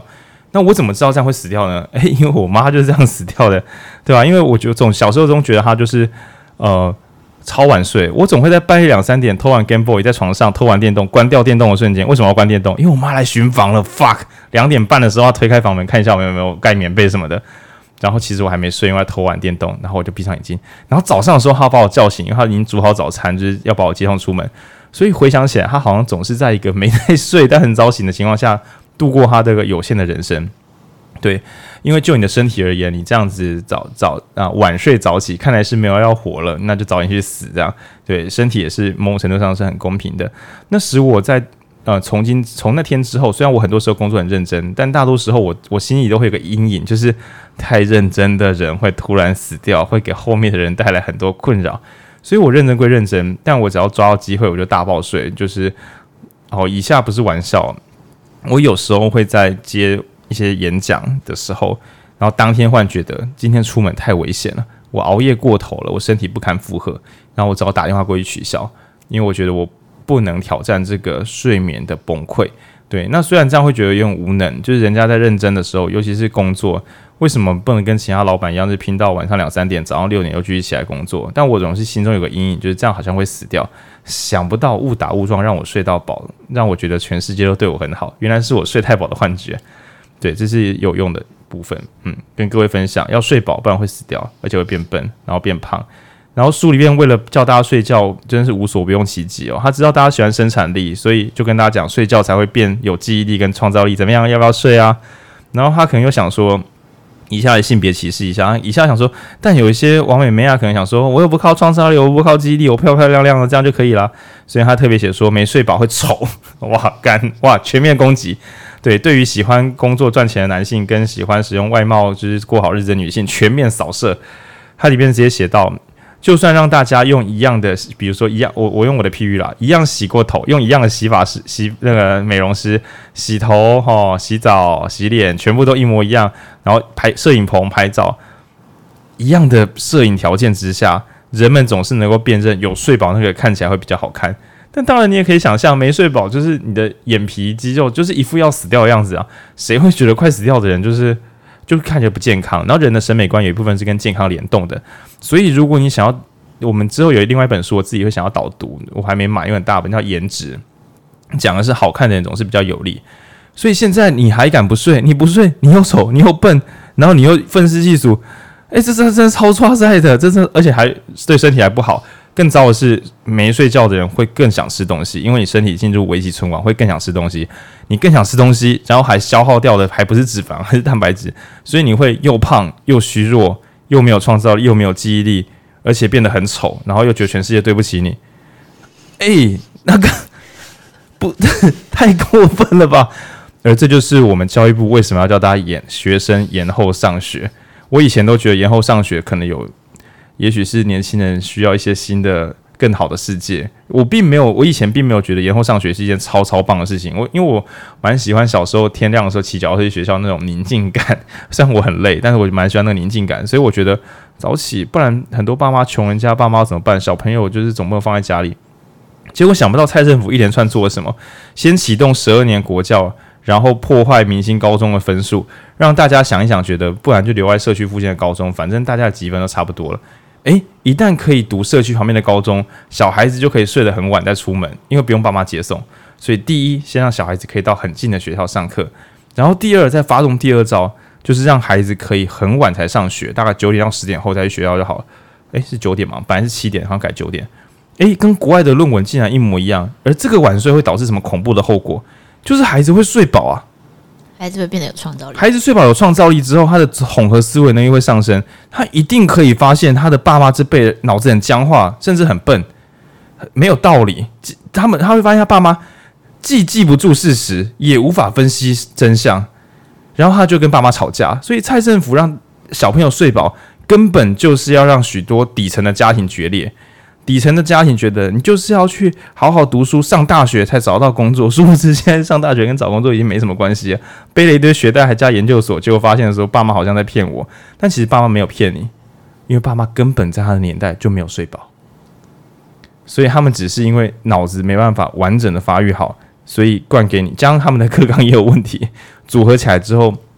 那我怎么知道这样会死掉呢？因为我妈就是这样死掉的，对吧？因为我觉得小时候中觉得她就是超晚睡，我总会在半夜2、3点偷完 Game Boy， 在床上偷完电动，关掉电动的瞬间，为什么要关电动？因为我妈来巡房了 ，fuck， 2点半的时候要推开房门看一下我有没有盖棉被什么的。然后其实我还没睡，因为偷玩电动，然后我就闭上眼睛。然后早上的时候，他要把我叫醒，因为他已经煮好早餐，就是要把我接送出门。所以回想起来，他好像总是在一个没在睡但很早醒的情况下度过他这个有限的人生。对，因为就你的身体而言，你这样子晚睡早起，看来是没有要活了，那就早点去死这样。对，身体也是某种程度上是很公平的。那使我在从那天之后，虽然我很多时候工作很认真，但大多时候我心里都会有个阴影，就是太认真的人会突然死掉，会给后面的人带来很多困扰。所以我认真归认真，但我只要抓到机会，我就大爆睡。就是以下不是玩笑，我有时候会在接一些演讲的时候，然后当天忽然觉得今天出门太危险了，我熬夜过头了，我身体不堪负荷，然后我只好打电话过去取消，因为我觉得我不能挑战这个睡眠的崩溃。对，那虽然这样会觉得有点无能，就是人家在认真的时候，尤其是工作，为什么不能跟其他老板一样，是拼到晚上2、3点，早上6点又继续起来工作？但我总是心中有个阴影，就是这样好像会死掉。想不到误打误撞让我睡到饱，让我觉得全世界都对我很好，原来是我睡太饱的幻觉。对，这是有用的部分。跟各位分享，要睡饱，不然会死掉，而且会变笨，然后变胖。然后书里面为了叫大家睡觉，真是无所不用其极哦。他知道大家喜欢生产力，所以就跟大家讲，睡觉才会变有记忆力跟创造力。怎么样？要不要睡啊？然后他可能又想说，以下来性别歧视一下，以下想说，但有一些网美眉啊，可能想说，我又不靠创造力，我不靠记忆力，我漂漂亮亮的，这样就可以啦。所以他特别写说，没睡饱会丑。哇，全面攻击。对于喜欢工作赚钱的男性跟喜欢使用外貌就是过好日子的女性，全面扫射。它里面直接写到，就算让大家用一样的，比如说一样，我用我的譬喻啦，一样洗过头，用一样的洗发师、那个美容师洗头、洗澡、洗脸，全部都一模一样，然后摄影棚拍照，一样的摄影条件之下，人们总是能够辨认有睡饱那个看起来会比较好看。但当然，你也可以想象，没睡饱就是你的眼皮肌肉就是一副要死掉的样子啊！谁会觉得快死掉的人就是看起来不健康？然后人的审美观有一部分是跟健康联动的，所以如果你想要，我们之后有另外一本书，我自己会想要导读，我还没买，因为很大本，叫《颜值》，讲的是好看的人总是比较有利。所以现在你还敢不睡？你不睡，你又丑，你又笨，然后你又愤世嫉俗，这真的超挫赛的，而且还对身体还不好。更糟的是，没睡觉的人会更想吃东西，因为你身体进入危急存亡，会更想吃东西。你更想吃东西，然后还消耗掉的还不是脂肪，还是蛋白质，所以你会又胖又虚弱，又没有创造力，又没有记忆力，而且变得很丑，然后又觉得全世界对不起你。那个不太过分了吧？而这就是我们教育部为什么要叫大家学生延后上学。我以前都觉得延后上学可能也许是年轻人需要一些新的、更好的世界。我以前并没有觉得延后上学是一件超棒的事情。因为我蛮喜欢小时候天亮的时候骑脚踏车去学校那种宁静感，虽然我很累，但是我蛮喜欢那个宁静感。所以我觉得早起，不然很多爸妈穷人家爸妈怎么办？小朋友就是总不能放在家里。结果想不到蔡政府一连串做了什么，先启动12年国教，然后破坏明星高中的分数，让大家想一想，觉得不然就留在社区附近的高中，反正大家的积分都差不多了。一旦可以读社区旁边的高中，小孩子就可以睡得很晚再出门，因为不用爸妈接送。所以第一，先让小孩子可以到很近的学校上课，然后第二，再发动第二招，就是让孩子可以很晚才上学，大概9点到10点后再去学校就好了。是9点吗？本来是7点，好像改9点。跟国外的论文竟然一模一样。而这个晚睡会导致什么恐怖的后果？就是孩子会睡饱啊。 孩子会变得有创造力。 孩子睡饱有创造力之后，他的混合思维能力会上升，他一定可以发现他的爸妈这辈脑子很僵化，甚至很笨，没有道理。他会发现他爸妈既记不住事实，也无法分析真相，然后他就跟爸妈吵架。所以蔡政府让小朋友睡饱，根本就是要让许多底层的家庭决裂。底层的家庭觉得你就是要去好好读书，上大学才找到工作，殊不知现在上大学跟找工作已经没什么关系了，背了一堆学贷还加研究所，结果发现的时候爸妈好像在骗我，但其实爸妈没有骗你，因为爸妈根本在他的年代就没有睡饱，所以他们只是因为脑子没办法完整的发育好，所以灌给你，加上他们的课纲也有问题，组合起来之后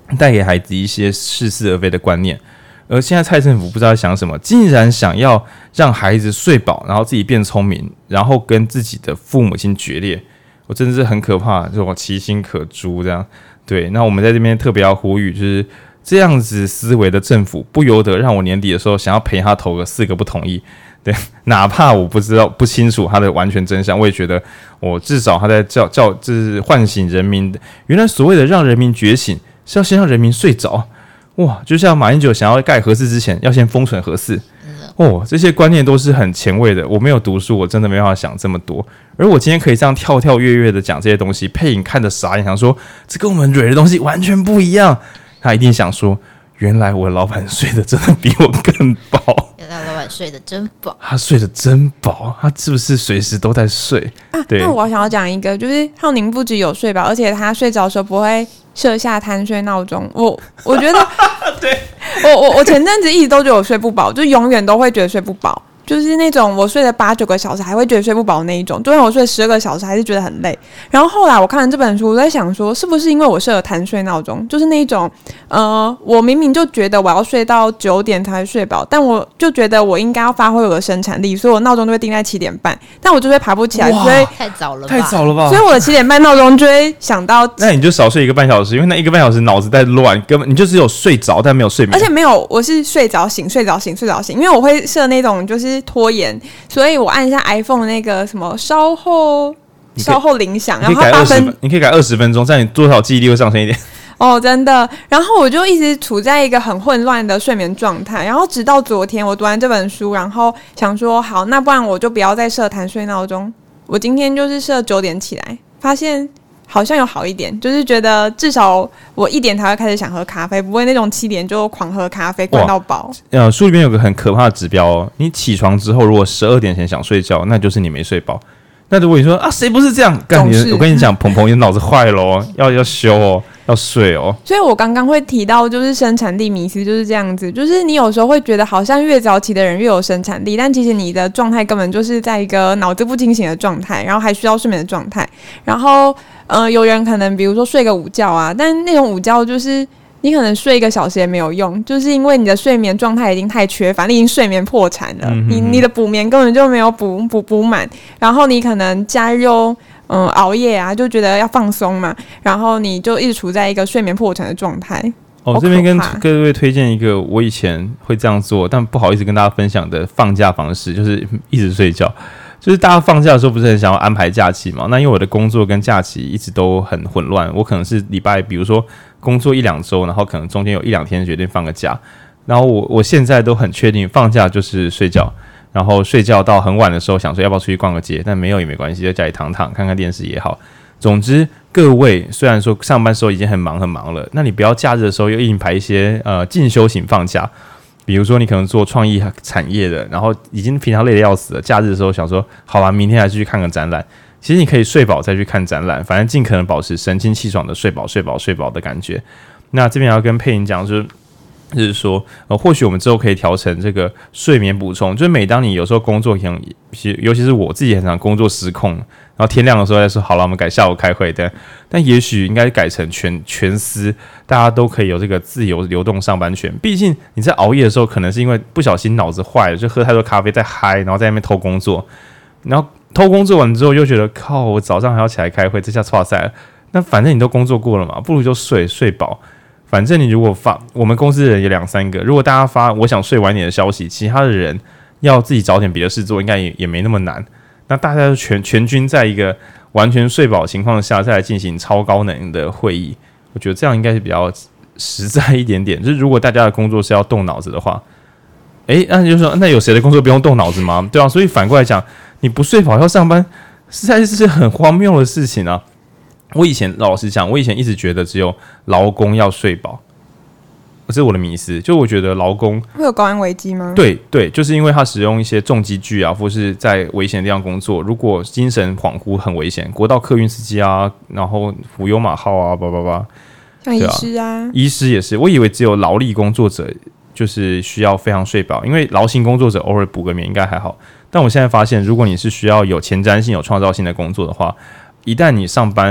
带给孩子一些似是而非的观念。而现在蔡政府不知道在想什么，竟然想要让孩子睡饱，然后自己变聪明，然后跟自己的父母亲决裂，我真的是很可怕，这种其心可诛这样。对，那我们在这边特别要呼吁，就是这样子思维的政府，不由得让我年底的时候想要陪他投个4个不同意。对，哪怕我不知道不清楚他的完全真相，我也觉得我至少他在就是唤醒人民的。原来所谓的让人民觉醒，是要先让人民睡着。哇，就像马英九想要盖核四之前，要先封存核四。这些观念都是很前卫的。我没有读书，我真的没办法想这么多。而我今天可以这样跳跳跃跃的讲这些东西，配影看着傻眼，想说这跟我们蕊的东西完全不一样。他一定想说，原来我的老板睡得真的比我更饱。 原来老板睡得真饱， 他睡得真饱，他是不是随时都在睡啊？ 对。 那我想要讲一个，就是浩宁不只有睡饱，而且他睡着的时候不会设下贪睡闹钟。我觉得， 对， 我前阵子一直都觉得我睡不饱，就永远都会觉得睡不饱。就是那种我睡了8、9个小时还会觉得睡不饱那一种，就算我睡12个小时还是觉得很累。然后后来我看了这本书，我在想说，是不是因为我设了贪睡闹钟，就是那一种我明明就觉得我要睡到9点才会睡饱，但我就觉得我应该要发挥我的生产力，所以我闹钟就会定在7点半，但我就会爬不起来，所以太早了吧， 太早了吧？ 所以我的7点半闹钟就会想到， 那你就少睡1个半小时，因为那1个半小时脑子在乱，根本你就只有睡着但没有睡眠， 而且没有，我是睡着醒，睡着醒，睡着醒，因为我会设那种就是拖延，所以我按一下 iPhone 的那个什么稍后铃响，然后你可以改20分钟，这样你多少记忆力会上升一点。 哦，真的。然后我就一直处在一个很混乱的睡眠状态，然后直到昨天我读完这本书，然后想说好，那不然我就不要再设贪睡闹钟，我今天就是设9点起来，发现好像有好一点，就是觉得至少我1点才会开始想喝咖啡，不会那种7点就狂喝咖啡灌到饱。 书里面有个很可怕的指标哦，你起床之后如果12点前想睡觉，那就是你没睡饱。那如果你说啊，谁不是这样？我跟你讲，鹏鹏你脑子坏了哦，要修哦，要睡哦。 所以我刚刚会提到，就是生产力迷思就是这样子，就是你有时候会觉得好像越早起的人越有生产力，但其实你的状态根本就是在一个脑子不清醒的状态，然后还需要睡眠的状态。然后有人可能比如说睡个午觉啊，但那种午觉就是你可能睡1个小时也没有用，就是因为你的睡眠状态已经太缺乏，你已经睡眠破产了，你的补眠根本就没有补满，然后你可能假日又熬夜啊，就觉得要放松嘛，然后你就一直处在一个睡眠破产的状态。 这边跟各位推荐一个我以前会这样做，但不好意思跟大家分享的放假方式，就是一直睡觉。就是大家放假的时候不是很想要安排假期嘛？那因为我的工作跟假期一直都很混乱，我可能是礼拜，比如说工作1-2周，然后可能中间有1-2天决定放个假，然后我现在都很确定放假就是睡觉，然后睡觉到很晚的时候想说要不要出去逛个街，但没有也没关系，在家里躺躺看看电视也好。总之，各位虽然说上班时候已经很忙了，那你不要假日的时候又硬排一些进修型放假。比如说你可能做创意产业的，然后已经平常累得要死了，假日的时候想说好吧，明天还是去看个展览。其实你可以睡饱再去看展览，反正尽可能保持神清气爽的睡饱的感觉。那这边要跟佩莹讲，就是说或许我们之后可以调成这个睡眠补充，就是每当你有时候工作可能，尤其是我自己很常工作失控，然后天亮的时候再说好了，我们改下午开会的，但也许应该改成全司，大家都可以有这个自由流动上班权。毕竟你在熬夜的时候，可能是因为不小心脑子坏了，就喝太多咖啡在嗨，然后在那边偷工作，然后偷工作完之后又觉得靠，我早上还要起来开会，这下挫赛了。那反正你都工作过了嘛，不如就睡饱。反正你如果我们公司的人也2-3个，如果大家发我想睡晚点的消息，其他的人要自己找点别的事做，应该也没那么难。那大家就全军在一个完全睡饱的情况下再来进行超高能的会议，我觉得这样应该是比较实在一点点。就是如果大家的工作是要动脑子的话，那你就说那有谁的工作不用动脑子吗？对啊，所以反过来讲，你不睡饱要上班，实在是很荒谬的事情啊。老实讲，我以前一直觉得只有劳工要睡饱，这是我的迷思。就我觉得劳工会有高安危机吗？ 对，就是因为他使用一些重机具啊，或是在危险的地方工作，如果精神恍惚很危险，国道客运司机啊，然后福悠马号啊， 像医师啊， 医师也是。我以为只有劳力工作者就是需要非常睡饱，因为劳心工作者偶尔补个眠应该还好。但我现在发现，如果你是需要有前瞻性、有创造性的工作的话，一旦你上班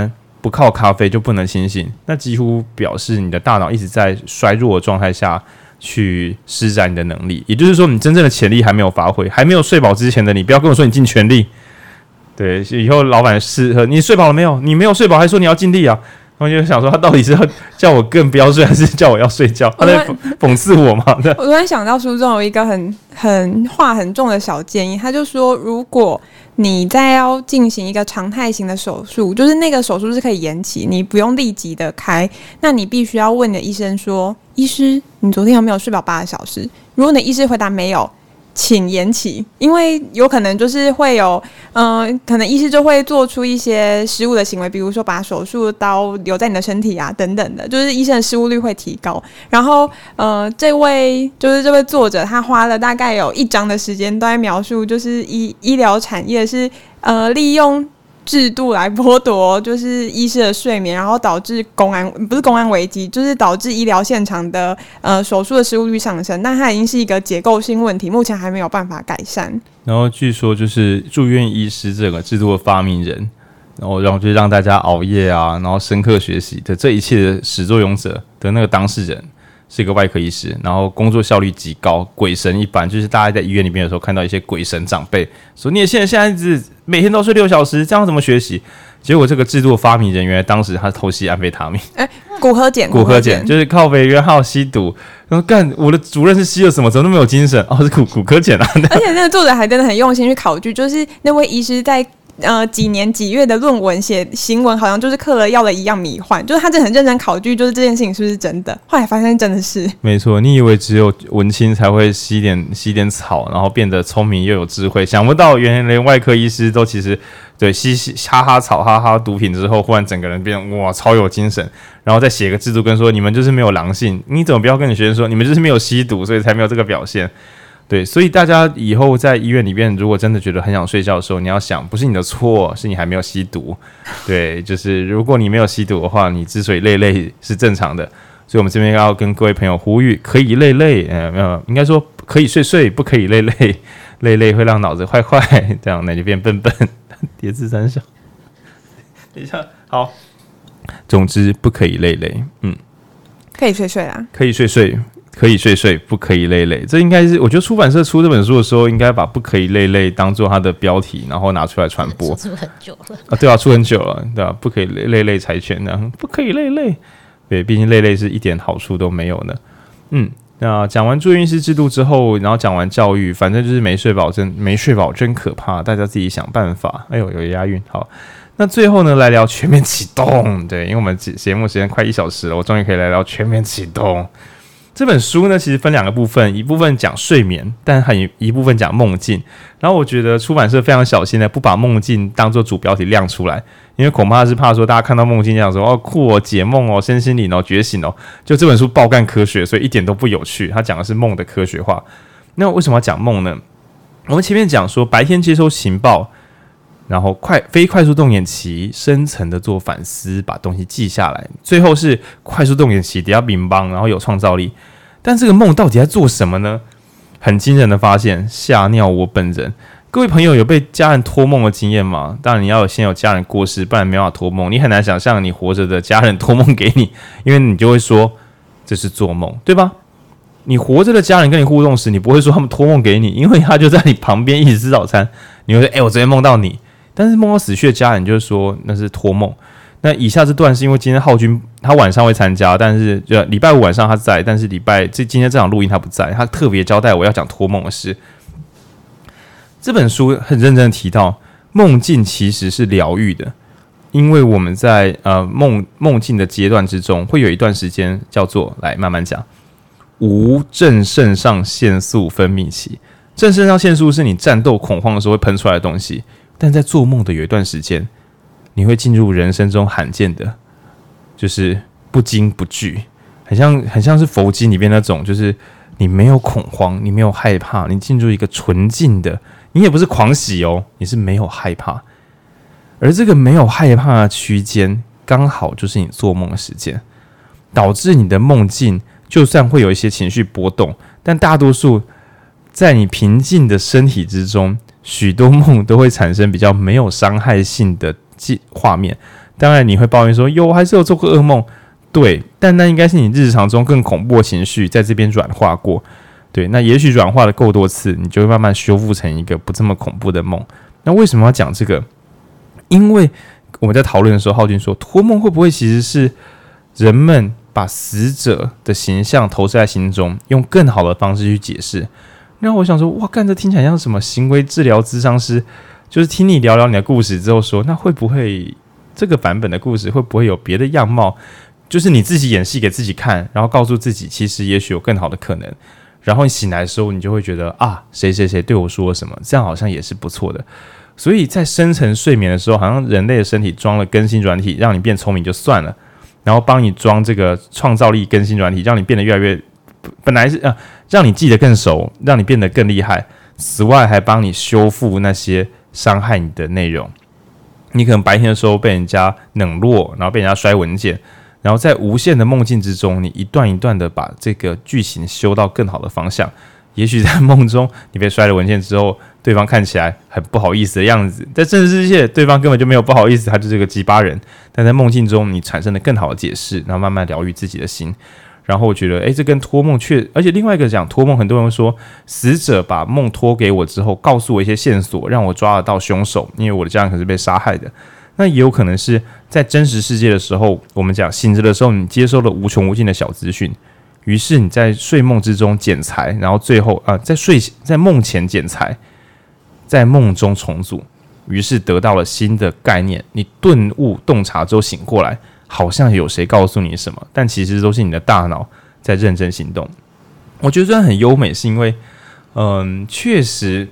不靠咖啡就不能清醒，那几乎表示你的大脑一直在衰弱的状态下去施展你的能力，也就是说你真正的潜力还没有发挥，还没有睡饱之前的你，不要跟我说你尽全力。对，以后老板适合你睡饱了没有？你没有睡饱还说你要尽力啊？然后就想说他到底是要叫我更不要睡，还是叫我要睡觉？他在讽刺我吗？ 我突然想到书中有一个话很重的小建议，他就说，如果你在要进行一个常态型的手术，就是那个手术是可以延期，你不用立即的开，那你必须要问你的医生说，医师，你昨天有没有睡饱8个小时？如果你的医师回答没有，请延期，因为有可能就是会有，可能医师就会做出一些失误的行为，比如说把手术刀留在你的身体啊，等等的，就是医生的失误率会提高。然后，这位作者他花了大概有1章的时间都在描述，就是医疗产业是利用制度来剥夺就是医师的睡眠，然后导致不是公安危机，就是导致医疗现场的手术的失误率上升，但它已经是一个结构性问题，目前还没有办法改善。 然后据说就是住院医师这个制度的发明人，然后就是让大家熬夜啊，然后深刻学习的这一切的始作俑者的那个当事人是一个外科医师，然后工作效率极高，鬼神一般，就是大家在医院里面的时候看到一些鬼神长辈说你现在每天都睡6小时，这样怎么学习？结果这个制度的发明人原来当时他偷吸安非他命， 骨科碱就是靠北约号吸毒，然后干我的主任是吸了什么，怎么都没有精神？哦，是骨科碱啊！ 而且那个作者还真的很用心去考据，就是那位医师在几年几月的论文写新闻，好像就是嗑了药的一样迷幻，就是他真的很认真考据，就是这件事情是不是真的。后来发现真的是， 没错。你以为只有文青才会吸点草，然后变得聪明又有智慧，想不到原来连外科医师都其实对吸哈哈草哈哈毒品之后，忽然整个人变哇超有精神，然后再写个制度跟说你们就是没有狼性，你怎么不要跟你学生说你们就是没有吸毒，所以才没有这个表现。对，所以大家以后在医院里面，如果真的觉得很想睡觉的时候，你要想，不是你的错，是你还没有吸毒。对，就是如果你没有吸毒的话，你之所以累是正常的。所以我们这边要跟各位朋友呼吁，可以累，应该说可以睡，不可以累，累会让脑子坏，这样那就变笨，叠字三小。等一下，好，总之不可以累， 可以睡啦， 可以睡。可以睡，不可以累。这应该是我觉得出版社出这本书的时候，应该把不可以累当做它的标题，然后拿出来传播。 出很久了啊，对啊，出很久了，对吧？不可以累柴犬那样，不可以累。对，毕竟累是一点好处都没有的。那讲完住院医师制度之后，然后讲完教育，反正就是没睡饱真可怕，大家自己想办法。哎呦，有押韵，好。那最后呢，来聊全面启动。对，因为我们节目时间快1小时了，我终于可以来聊全面启动。这本书呢，其实分2个部分，一部分讲睡眠，但还有一部分讲梦境。然后我觉得出版社非常小心的不把梦境当做主标题亮出来，因为恐怕是怕说大家看到梦境这样说哦酷哦解梦哦身心灵哦觉醒哦，就这本书爆干科学，所以一点都不有趣。它讲的是梦的科学化。那为什么要讲梦呢？我们前面讲说白天接收情报，然后非快速动眼期深层的做反思，把东西记下来，最后是快速动眼期底下乒乓，然后有创造力。但这个梦到底在做什么呢？很惊人的发现，吓尿我本人。各位朋友有被家人托梦的经验吗？当然你要先有家人过世，不然没办法托梦。你很难想象你活着的家人托梦给你，因为你就会说这是做梦，对吧？你活着的家人跟你互动时，你不会说他们托梦给你，因为他就在你旁边一起吃早餐。你会说我昨天梦到你。但是梦到死去的家人就是说那是托梦。那以下这段是因为今天浩君他晚上会参加，但是礼拜5晚上他在，但是今天这场录音他不在，他特别交代我要讲托梦的事。这本书很认真的提到，梦境其实是疗愈的，因为我们在梦境的阶段之中，会有一段时间叫做来慢慢讲无正肾上腺素分泌期。正肾上腺素是你战斗恐慌的时候会喷出来的东西，但在做梦的有一段时间，你会进入人生中罕见的，就是不惊不惧，很像是佛经里面那种，就是你没有恐慌，你没有害怕，你进入一个纯净的，你也不是狂喜哦，你是没有害怕。而这个没有害怕的区间，刚好就是你做梦的时间，导致你的梦境就算会有一些情绪波动，但大多数在你平静的身体之中，许多梦都会产生比较没有伤害性的画面， 当然你会抱怨说有还是有做过噩梦，对，但那应该是你日常中更恐怖的情绪在这边软化过，对，那也许软化了够多次，你就会慢慢修复成一个不这么恐怖的梦。那为什么要讲这个？因为我们在讨论的时候，浩君说托梦会不会其实是人们把死者的形象投射在心中，用更好的方式去解释。然后我想说，哇，干，这听起来像什么行为治疗咨商师，就是听你聊聊你的故事之后说，那会不会这个版本的故事会不会有别的样貌？就是你自己演戏给自己看，然后告诉自己，其实也许有更好的可能。然后你醒来的时候，你就会觉得啊，谁谁谁对我说了什么，这样好像也是不错的。所以在深层睡眠的时候，好像人类的身体装了更新软体，让你变聪明就算了，然后帮你装这个创造力更新软体，让你变得越来越，本来是让你记得更熟，让你变得更厉害。此外，还帮你修复那些伤害你的内容。你可能白天的时候被人家冷落，然后被人家摔文件，然后在无限的梦境之中，你一段一段的把这个剧情修到更好的方向。也许在梦中你被摔了文件之后，对方看起来很不好意思的样子，在真实世界对方根本就没有不好意思，他就是个鸡巴人。但在梦境中你产生了更好的解释，然后慢慢疗愈自己的心。然后我觉得这跟托梦而且另外一个讲托梦，很多人说死者把梦托给我之后，告诉我一些线索，让我抓得到凶手，因为我的家人可能是被杀害的。那也有可能是在真实世界的时候，我们讲醒着的时候，你接收了无穷无尽的小资讯，于是你在睡梦之中剪裁，然后最后在梦前剪裁，在梦中重组，于是得到了新的概念。你顿悟洞察之后醒过来，好像有谁告诉你什么，但其实都是你的大脑在认真行动。我觉得虽然很优美，是因为确实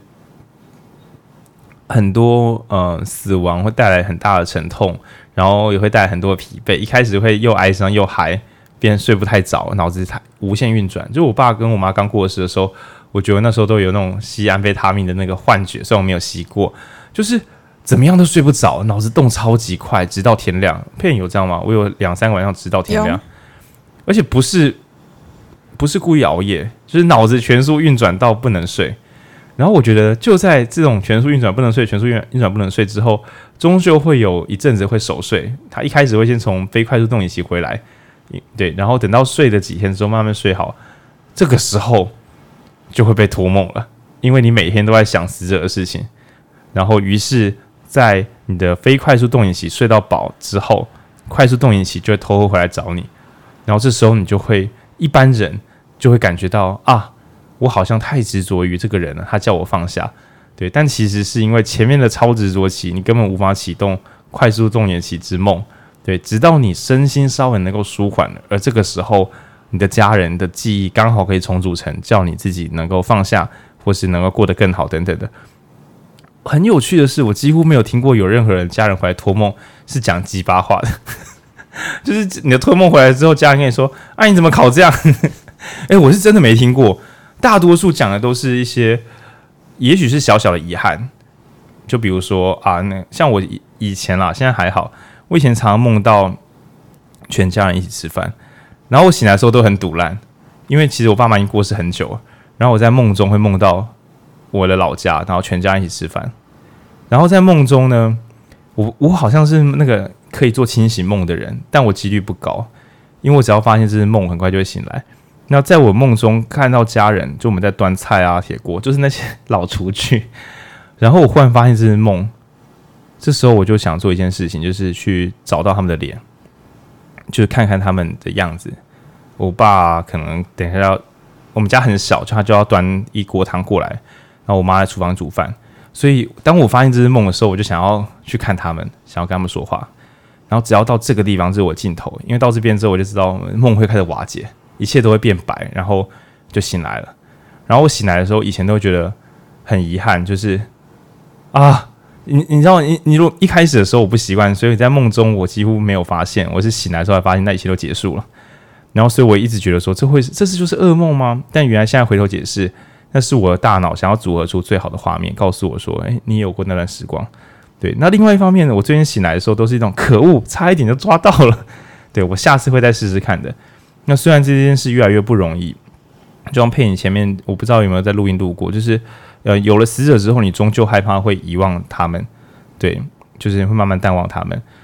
很多死亡会带来很大的沉痛，然后也会带来很多的疲惫。一开始会又哀伤又嗨，变睡不太早，脑子无限运转。就我爸跟我妈刚过世的时候，我觉得那时候都有那种吸安非他命的那个幻觉，虽然我没有吸过，就是怎么样都睡不着，脑子动超级快，直到天亮。佩有这样吗？我有2-3个晚上直到天亮，而且不是故意熬夜，就是脑子全速运转到不能睡。然后我觉得就在这种全速运转不能睡、全速运转不能睡之后，终究会有一阵子会熟睡。他一开始会先从非快速动眼期回来，对，然后等到睡了几天之后慢慢睡好，这个时候就会被托梦了，因为你每天都在想死者的事情，然后于是在你的非快速动眼期睡到饱之后，快速动眼期就会偷偷回来找你，然后这时候你就会，一般人就会感觉到我好像太执着于这个人了，他叫我放下，对，但其实是因为前面的超执着期，你根本无法启动快速动眼期之梦，对，直到你身心稍微能够舒缓了，而这个时候你的家人的记忆刚好可以重组成叫你自己能够放下，或是能够过得更好等等的。很有趣的是，我几乎没有听过有任何人家人回来托梦是讲鸡巴话的就是你的托梦回来之后，家人跟你说你怎么考这样我是真的没听过，大多数讲的都是一些也许是小小的遗憾，就比如说像我以前啦，现在还好，我以前常常梦到全家人一起吃饭，然后我醒来的时候都很赌烂，因为其实我爸妈已经过世很久了，然后我在梦中会梦到我的老家，然后全家人一起吃饭，然后在梦中呢，我好像是那个可以做清醒梦的人，但我几率不高，因为我只要发现这是梦，很快就会醒来。那在我梦中看到家人，就我们在端菜铁锅，就是那些老厨具，然后我忽然发现这是梦，这时候我就想做一件事情，就是去找到他们的脸，就是看看他们的样子。我爸可能等一下我们家很小，他就要端一锅汤过来，然后我妈在厨房煮饭，所以当我发现这是梦的时候，我就想要去看他们，想要跟他们说话。然后只要到这个地方，这是我尽头，因为到这边之后，我就知道梦会开始瓦解，一切都会变白，然后就醒来了。然后我醒来的时候，以前都会觉得很遗憾，就是你知道你如果一开始的时候我不习惯，所以在梦中我几乎没有发现，我是醒来的时候才发现那一切都结束了。然后所以我一直觉得说这是就是噩梦吗？但原来现在回头解释，那是我的大脑想要组合出最好的画面，告诉我说你也有过那段时光。对，那另外一方面呢，我最近醒来的时候都是一种可恶，差一点就抓到了。对，我下次会再试试看的。那虽然这件事越来越不容易，就像佩影前面我不知道有没有在录音录过，就是有了死者之后，你终究害怕会遗忘他们，对，就是会慢慢淡忘他们。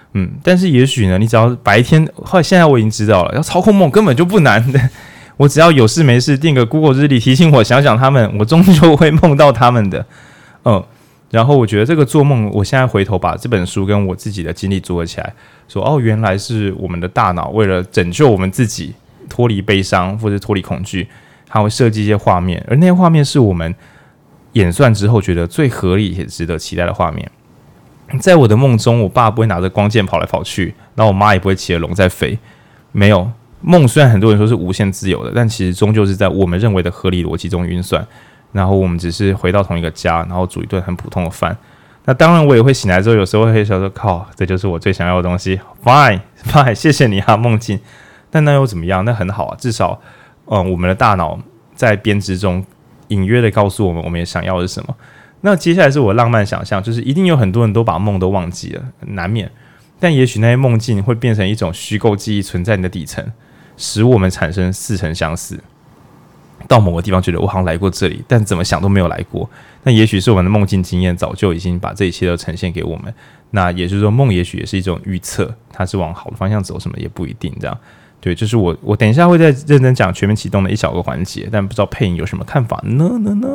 但是也许呢，你只要白天，后来现在我已经知道了，要操控梦根本就不难的。我只要有事没事定个 Google 日历提醒我，想想他们，我终究会梦到他们的。然后我觉得这个做梦，我现在回头把这本书跟我自己的经历组合起来，说原来是我们的大脑为了拯救我们自己，脱离悲伤或者脱离恐惧，它会设计一些画面，而那些画面是我们演算之后觉得最合理也值得期待的画面。在我的梦中，我爸不会拿着光剑跑来跑去，然后我妈也不会骑着龙在飞。没有，梦虽然很多人说是无限自由的，但其实终究是在我们认为的合理逻辑中运算。然后我们只是回到同一个家，然后煮一顿很普通的饭。那当然，我也会醒来之后，有时候会想说：“靠，这就是我最想要的东西。” Fine， 谢谢你啊，梦境。但那又怎么样？那很好啊，至少，我们的大脑在编织中隐约的告诉我们，我们也想要的是什么。那接下来是我浪漫想象，就是一定有很多人都把梦都忘记了，难免。但也许那些梦境会变成一种虚构记忆，存在你的底层，使我们产生似曾相识。到某个地方觉得我好像来过这里，但怎么想都没有来过。那也许是我们的梦境经验早就已经把这一切都呈现给我们。那也就是说，梦也许也是一种预测，它是往好的方向走，什么也不一定。这样，对，就是我等一下会再认真讲全面启动的一小个环节，但不知道佩颖有什么看法呢？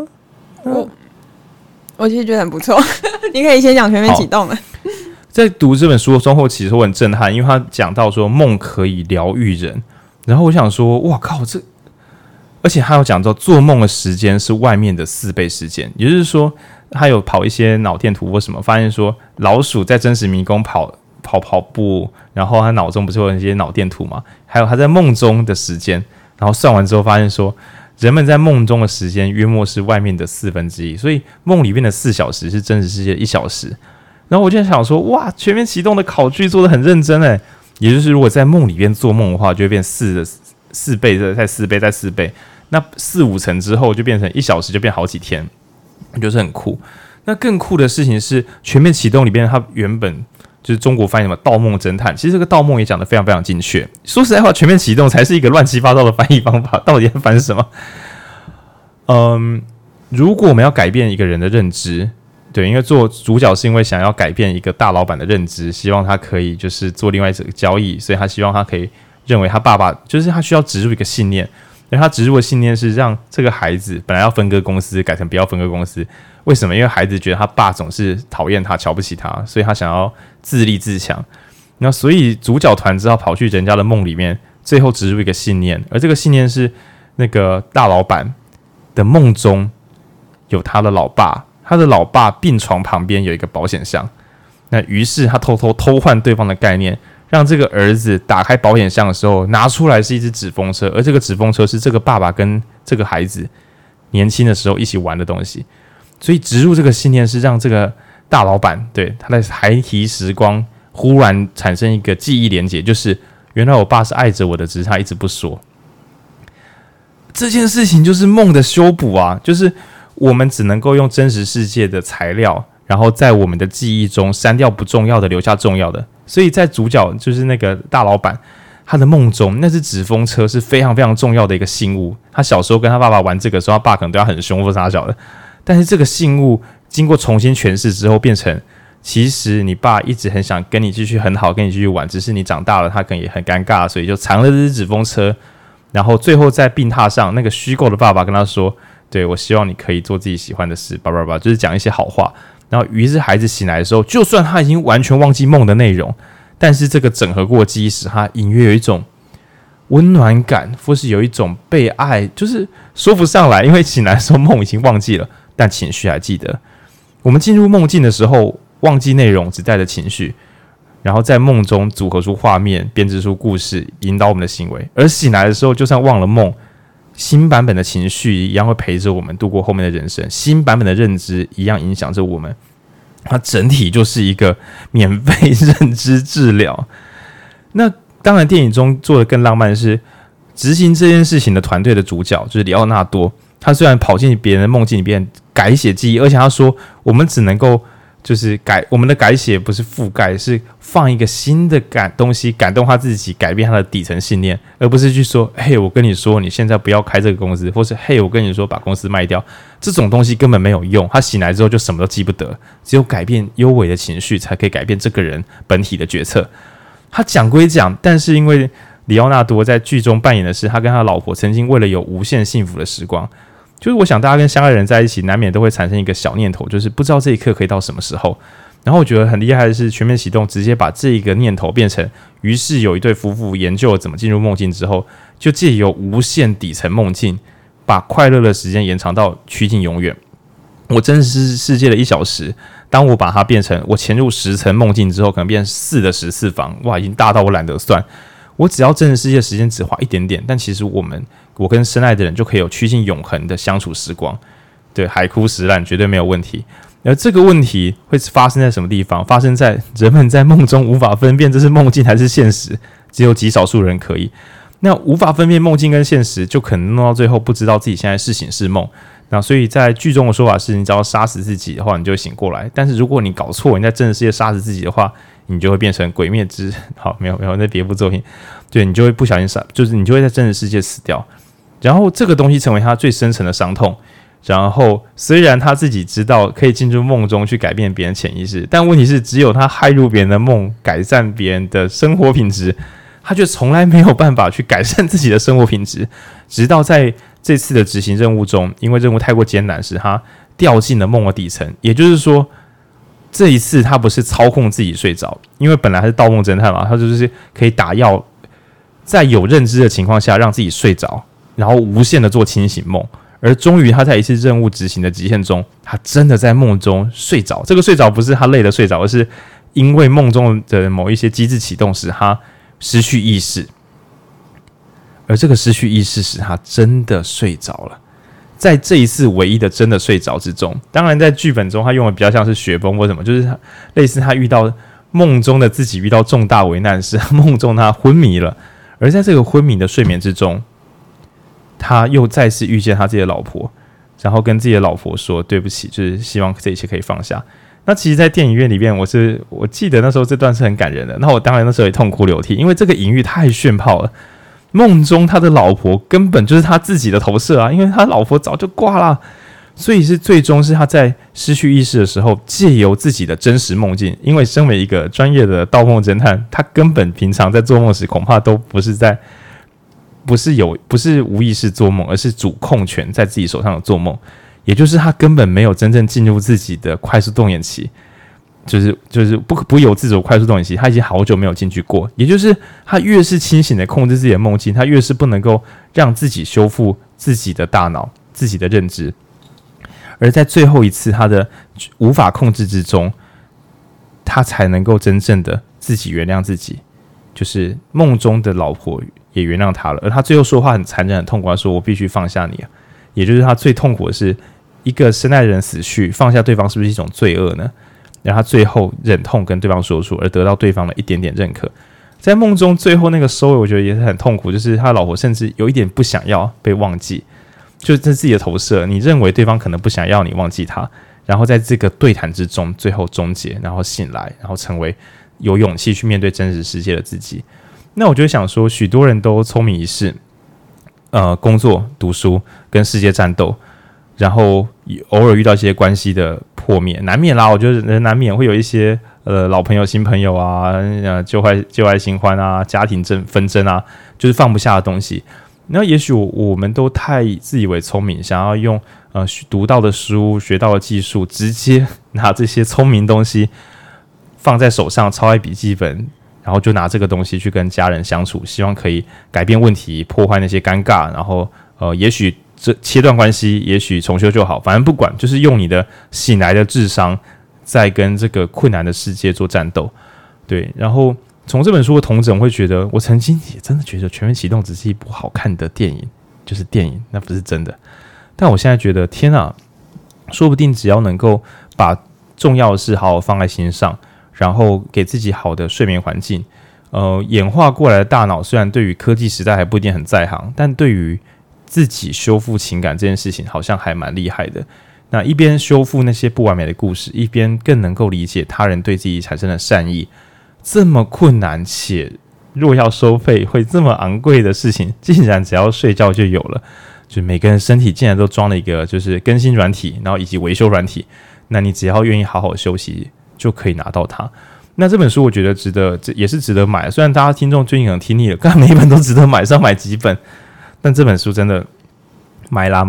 我其实觉得很不错，你可以先讲全面启动了。 在读这本书的时候，其实我很震撼，因为他讲到说梦可以疗愈人，然后我想说，哇靠，而且他有讲到做梦的时间是外面的4倍时间，也就是说，他有跑一些脑电图或什么，发现说老鼠在真实迷宫跑步，然后他脑中不是有一些脑电图嘛？还有他在梦中的时间，然后算完之后发现说，人们在梦中的时间约莫是外面的1/4，所以梦里面的4小时是真实世界1小时。然后我就想说，哇，全面启动的考据做得很认真诶，也就是如果在梦里面做梦的话，就会变4倍，再4倍，再4倍。那4-5层之后就变成1小时，就变好几天，就是很酷。那更酷的事情是，全面启动里边它原本就是中国翻译什么盗梦侦探，其实这个盗梦也讲得非常非常精确。说实在话，全面启动才是一个乱七八糟的翻译方法，到底在翻什么？如果我们要改变一个人的认知，对，因为做主角是因为想要改变一个大老板的认知，希望他可以就是做另外一个交易，所以他希望他可以认为他爸爸就是他需要植入一个信念。因为他植入的信念是让这个孩子本来要分割公司改成不要分割公司，为什么？因为孩子觉得他爸总是讨厌他、瞧不起他，所以他想要自立自强。那所以主角团只好跑去人家的梦里面，最后植入一个信念，而这个信念是那个大老板的梦中有他的老爸，他的老爸病床旁边有一个保险箱，那于是他偷换对方的概念。让这个儿子打开保险箱的时候，拿出来是一只纸风车，而这个纸风车是这个爸爸跟这个孩子年轻的时候一起玩的东西。所以植入这个信念是让这个大老板对他的孩提时光忽然产生一个记忆连结，就是原来我爸是爱着我的，只是他一直不说。这件事情就是梦的修补啊，就是我们只能够用真实世界的材料，然后在我们的记忆中删掉不重要的，留下重要的。所以在主角就是那个大老板，他的梦中那只纸风车是非常非常重要的一个信物。他小时候跟他爸爸玩这个时候，他爸可能对他很凶或啥小的，但是这个信物经过重新诠释之后，变成其实你爸一直很想跟你继续很好，跟你继续玩，只是你长大了，他可能也很尴尬，所以就藏了这只纸风车。然后最后在病榻上，那个虚构的爸爸跟他说：“对，我希望你可以做自己喜欢的事，叭叭叭，就是讲一些好话。”然后于是孩子醒来的时候，就算他已经完全忘记梦的内容，但是这个整合过的记忆使他隐约有一种温暖感，或是有一种被爱，就是说不上来，因为醒来的时候梦已经忘记了，但情绪还记得。我们进入梦境的时候，忘记内容，只带着情绪，然后在梦中组合出画面，编织出故事，引导我们的行为。而醒来的时候，就算忘了梦，新版本的情绪一样会陪着我们度过后面的人生，新版本的认知一样影响着我们。它整体就是一个免费认知治疗。那当然，电影中做的更浪漫的是，执行这件事情的团队的主角就是里奥纳多。他虽然跑进别人的梦境里边改写记忆，而且他说我们只能够就是我们的改写不是覆盖，是放一个新的东西感动他自己，改变他的底层信念，而不是去说嘿我跟你说你现在不要开这个公司，或是嘿我跟你说把公司卖掉，这种东西根本没有用。他醒来之后就什么都记不得，只有改变幽微的情绪才可以改变这个人本体的决策。他讲归讲，但是因为里奥纳多在剧中扮演的是他跟他老婆曾经为了有无限幸福的时光，就是我想大家跟相爱的人在一起难免都会产生一个小念头，就是不知道这一刻可以到什么时候。然后我觉得很厉害的是全面启动直接把这一个念头变成，于是有一对夫妇研究了怎么进入梦境之后，就借由无限底层梦境把快乐的时间延长到趋近永远。我真实世界的1小时，当我把它变成我潜入10层梦境之后，可能变成4的14方，哇，已经大到我懒得算。我只要真实世界的时间只花一点点，但其实我跟深爱的人就可以有趋近永恒的相处时光，对，海枯石烂绝对没有问题。而这个问题会发生在什么地方？发生在人们在梦中无法分辨这是梦境还是现实，只有极少数人可以。那无法分辨梦境跟现实，就可能弄到最后不知道自己现在是醒是梦。那所以在剧中的说法是，你只要杀死自己的话，你就会醒过来。但是如果你搞错，你在真实世界杀死自己的话，你就会变成鬼灭之好，没有那别部作品，对，你就会不小心就是你就会在真实世界死掉。然后这个东西成为他最深层的伤痛。然后虽然他自己知道可以进入梦中去改变别人潜意识，但问题是只有他害入别人的梦，改善别人的生活品质，他却从来没有办法去改善自己的生活品质。直到在这次的执行任务中，因为任务太过艰难，使他掉进了梦的底层。也就是说，这一次他不是操控自己睡着，因为本来他是盗梦侦探嘛，他就是可以打药，在有认知的情况下让自己睡着，然后无限的做清醒梦。而终于他在一次任务执行的极限中，他真的在梦中睡着。这个睡着不是他累的睡着，而是因为梦中的某一些机制启动使他失去意识，而这个失去意识使他真的睡着了。在这一次唯一的真的睡着之中，当然在剧本中他用的比较像是雪崩或什么，就是类似他遇到梦中的自己遇到重大危难时，梦中他昏迷了。而在这个昏迷的睡眠之中，他又再次遇见他自己的老婆，然后跟自己的老婆说对不起，就是希望这一切可以放下。那其实在电影院里面，我记得那时候这段是很感人的，那我当然那时候也痛哭流涕，因为这个隐喻太炫炮了。梦中他的老婆根本就是他自己的投射啊，因为他老婆早就挂了，所以是最终是他在失去意识的时候，借由自己的真实梦境，因为身为一个专业的盗梦侦探，他根本平常在做梦时恐怕都不是无意识做梦，而是主控权在自己手上的做梦，也就是他根本没有真正进入自己的快速动眼期，就是不由自主快速动眼期，他已经好久没有进去过。也就是他越是清醒的控制自己的梦境，他越是不能够让自己修复自己的大脑、自己的认知。而在最后一次他的无法控制之中，他才能够真正的自己原谅自己，就是梦中的老婆也原谅他了。而他最后说话很残忍、很痛苦，他说：“我必须放下你。”也就是他最痛苦的是，一个深爱的人死去，放下对方是不是一种罪恶呢？然后他最后忍痛跟对方说出，而得到对方的一点点认可。在梦中最后那个收尾，我觉得也是很痛苦，就是他老婆甚至有一点不想要被忘记，就是自己的投射。你认为对方可能不想要你忘记他，然后在这个对谈之中，最后终结，然后醒来，然后成为有勇气去面对真实世界的自己。那我就想说，许多人都聪明一世，工作、读书、跟世界战斗，然后偶尔遇到一些关系的破灭，难免啦。我觉得人难免会有一些老朋友、新朋友啊，旧爱新欢啊，家庭纷争啊，就是放不下的东西。那也许我们都太自以为聪明，想要用读到的书、学到的技术，直接拿这些聪明东西放在手上，抄在笔记本。然后就拿这个东西去跟家人相处，希望可以改变问题，破坏那些尴尬，然后也许切断关系，也许重修就好，反正不管，就是用你的醒来的智商在跟这个困难的世界做战斗。对，然后从这本书的统整会觉得，我曾经也真的觉得《全面启动》只是一部好看的电影，就是电影，那不是真的。但我现在觉得，天啊，说不定只要能够把重要的事好好放在心上，然后给自己好的睡眠环境，演化过来的大脑虽然对于科技时代还不一定很在行，但对于自己修复情感这件事情好像还蛮厉害的。 那一边修复那些不完美的故事，一边更能够理解他人对自己产生的善意。这么困难且若要收费会这么昂贵的事情，竟然只要睡觉就有了。就每个人身体竟然都装了一个就是更新软体，然后以及维修软体，那你只要愿意好好休息就可以拿到它。那这本书我觉得值得，也是值得买。虽然大家听众最近可能听腻了，看每一本都值得买，是要买几本，但这本书真的买啦。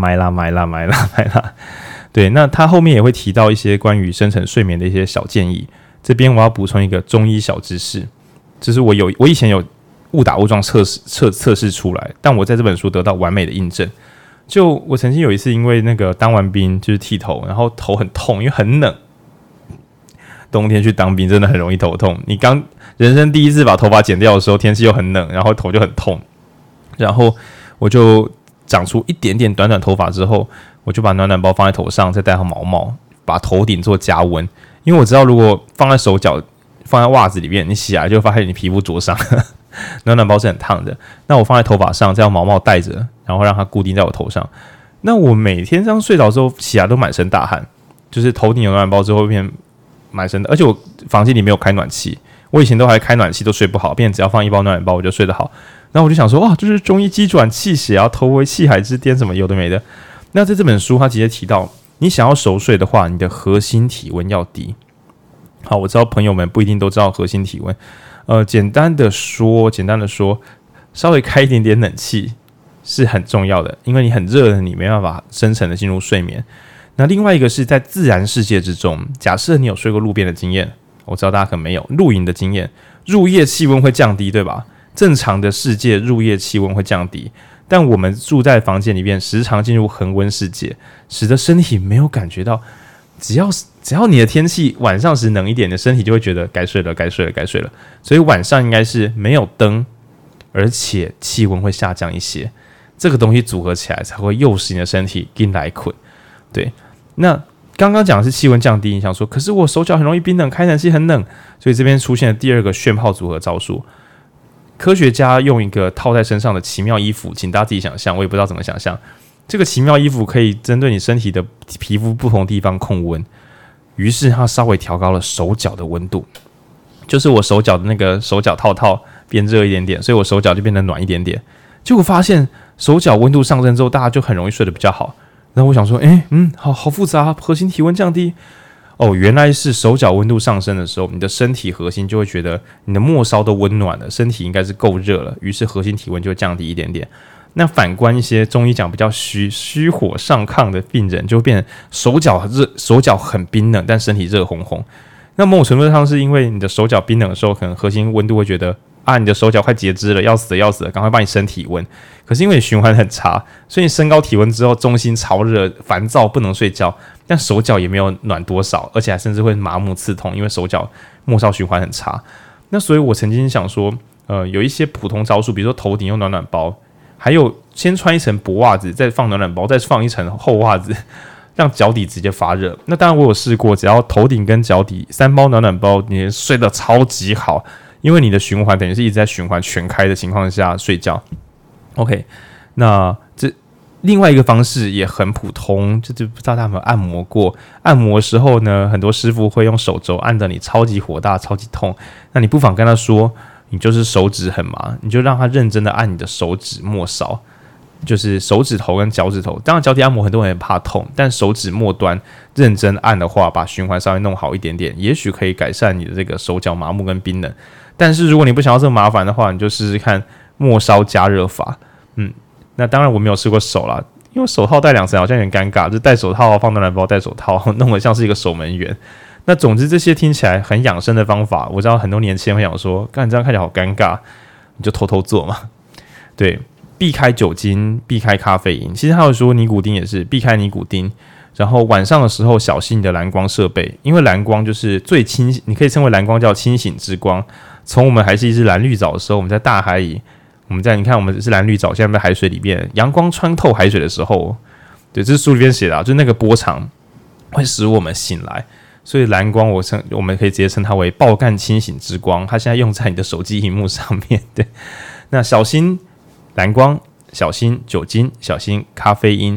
对，那他后面也会提到一些关于深层睡眠的一些小建议。这边我要补充一个中医小知识，就是我以前有误打误撞测试出来，但我在这本书得到完美的印证。就我曾经有一次因为那个当完兵就是剃头，然后头很痛，因为很冷。冬天去当兵真的很容易头痛。你刚人生第一次把头发剪掉的时候，天气又很冷，然后头就很痛。然后我就长出一点点短短头发之后，我就把暖暖包放在头上，再戴上毛帽，把头顶做加温。因为我知道如果放在手脚、放在袜子里面，你洗来就发现你皮肤灼伤。暖暖包是很烫的，那我放在头发上，再用毛帽戴着，然后让它固定在我头上。那我每天这样睡着之后，起来都满身大汗，就是头顶有暖暖包之后会变满身的，而且我房间里没有开暖气，我以前都还开暖气都睡不好，变成只要放一包暖暖包我就睡得好。然后我就想说，哇，这是中医机转气血啊，头为气海之巅，什么有的没的。那在这本书他直接提到，你想要熟睡的话，你的核心体温要低。好，我知道朋友们不一定都知道核心体温，简单的说，稍微开一点点冷气是很重要的，因为你很热的，你没办法深层的进入睡眠。那另外一个是在自然世界之中，假设你有睡过路边的经验，我知道大家可能没有，露营的经验，入夜气温会降低，对吧？正常的世界入夜气温会降低，但我们住在房间里面，时常进入恒温世界，使得身体没有感觉到，只要你的天气晚上时冷一点，你的身体就会觉得该睡了。所以晚上应该是没有灯，而且气温会下降一些，这个东西组合起来才会诱使你的身体进来困。对，那刚刚讲的是气温降低，你想说，可是我手脚很容易冰冷，开冷气很冷，所以这边出现了第二个炫泡组合招数。科学家用一个套在身上的奇妙衣服，请大家自己想象，我也不知道怎么想象。这个奇妙衣服可以针对你身体的皮肤不同地方控温，于是他稍微调高了手脚的温度，就是我手脚的那个手脚套变热一点点，所以我手脚就变得暖一点点。结果发现手脚温度上升之后，大家就很容易睡得比较好。然后我想说，好复杂，核心体温降低。哦，原来是手脚温度上升的时候，你的身体核心就会觉得你的末梢都温暖了，身体应该是够热了，于是核心体温就会降低一点点。那反观一些中医讲比较虚火上亢的病人，就会变成手脚热，手脚很冰冷，但身体热烘烘。那某种程度上是因为你的手脚冰冷的时候，可能核心温度会觉得你的手脚快截肢了，要死了，赶快帮你升体温。可是因为你循环很差，所以你升高体温之后，中心潮热、烦躁，不能睡觉，但手脚也没有暖多少，而且还甚至会麻木刺痛，因为手脚末梢循环很差。那所以我曾经想说，有一些普通招数，比如说头顶用暖暖包，还有先穿一层薄袜子，再放暖暖包，再放一层厚袜子，让脚底直接发热。那当然我有试过，只要头顶跟脚底3包暖暖包，你睡得超级好，因为你的循环等于是一直在循环全开的情况下睡觉。OK， 那这另外一个方式也很普通，就不知道大家有没有按摩过。按摩的时候呢，很多师傅会用手肘按着你超级火大、超级痛，那你不妨跟他说，你就是手指很麻，你就让他认真的按你的手指末梢，就是手指头跟脚趾头。当然脚底按摩很多人很怕痛，但手指末端认真按的话，把循环稍微弄好一点点，也许可以改善你的这个手脚麻木跟冰冷。但是如果你不想要这么麻烦的话，你就试试看末梢加热法。那当然我没有试过手啦，因为手套戴2层好像有点尴尬，就戴手套放暖暖包，戴手套弄得像是一个守门员。那总之这些听起来很养生的方法，我知道很多年轻人会想说，干这样看起来好尴尬，你就偷偷做嘛。对，避开酒精，避开咖啡因。其实还有说尼古丁也是避开尼古丁。然后晚上的时候小心你的蓝光设备，因为蓝光就是最清，你可以称为蓝光叫清醒之光。从我们还是一只蓝绿藻的时候，我们在大海里，你看我们是蓝绿藻，现在在海水里面，阳光穿透海水的时候，对，这是书里面写的就是那个波长会使我们醒来。所以蓝光我们可以直接称它为爆干清醒之光，它现在用在你的手机萤幕上面。对，那小心蓝光，小心酒精，小心咖啡因。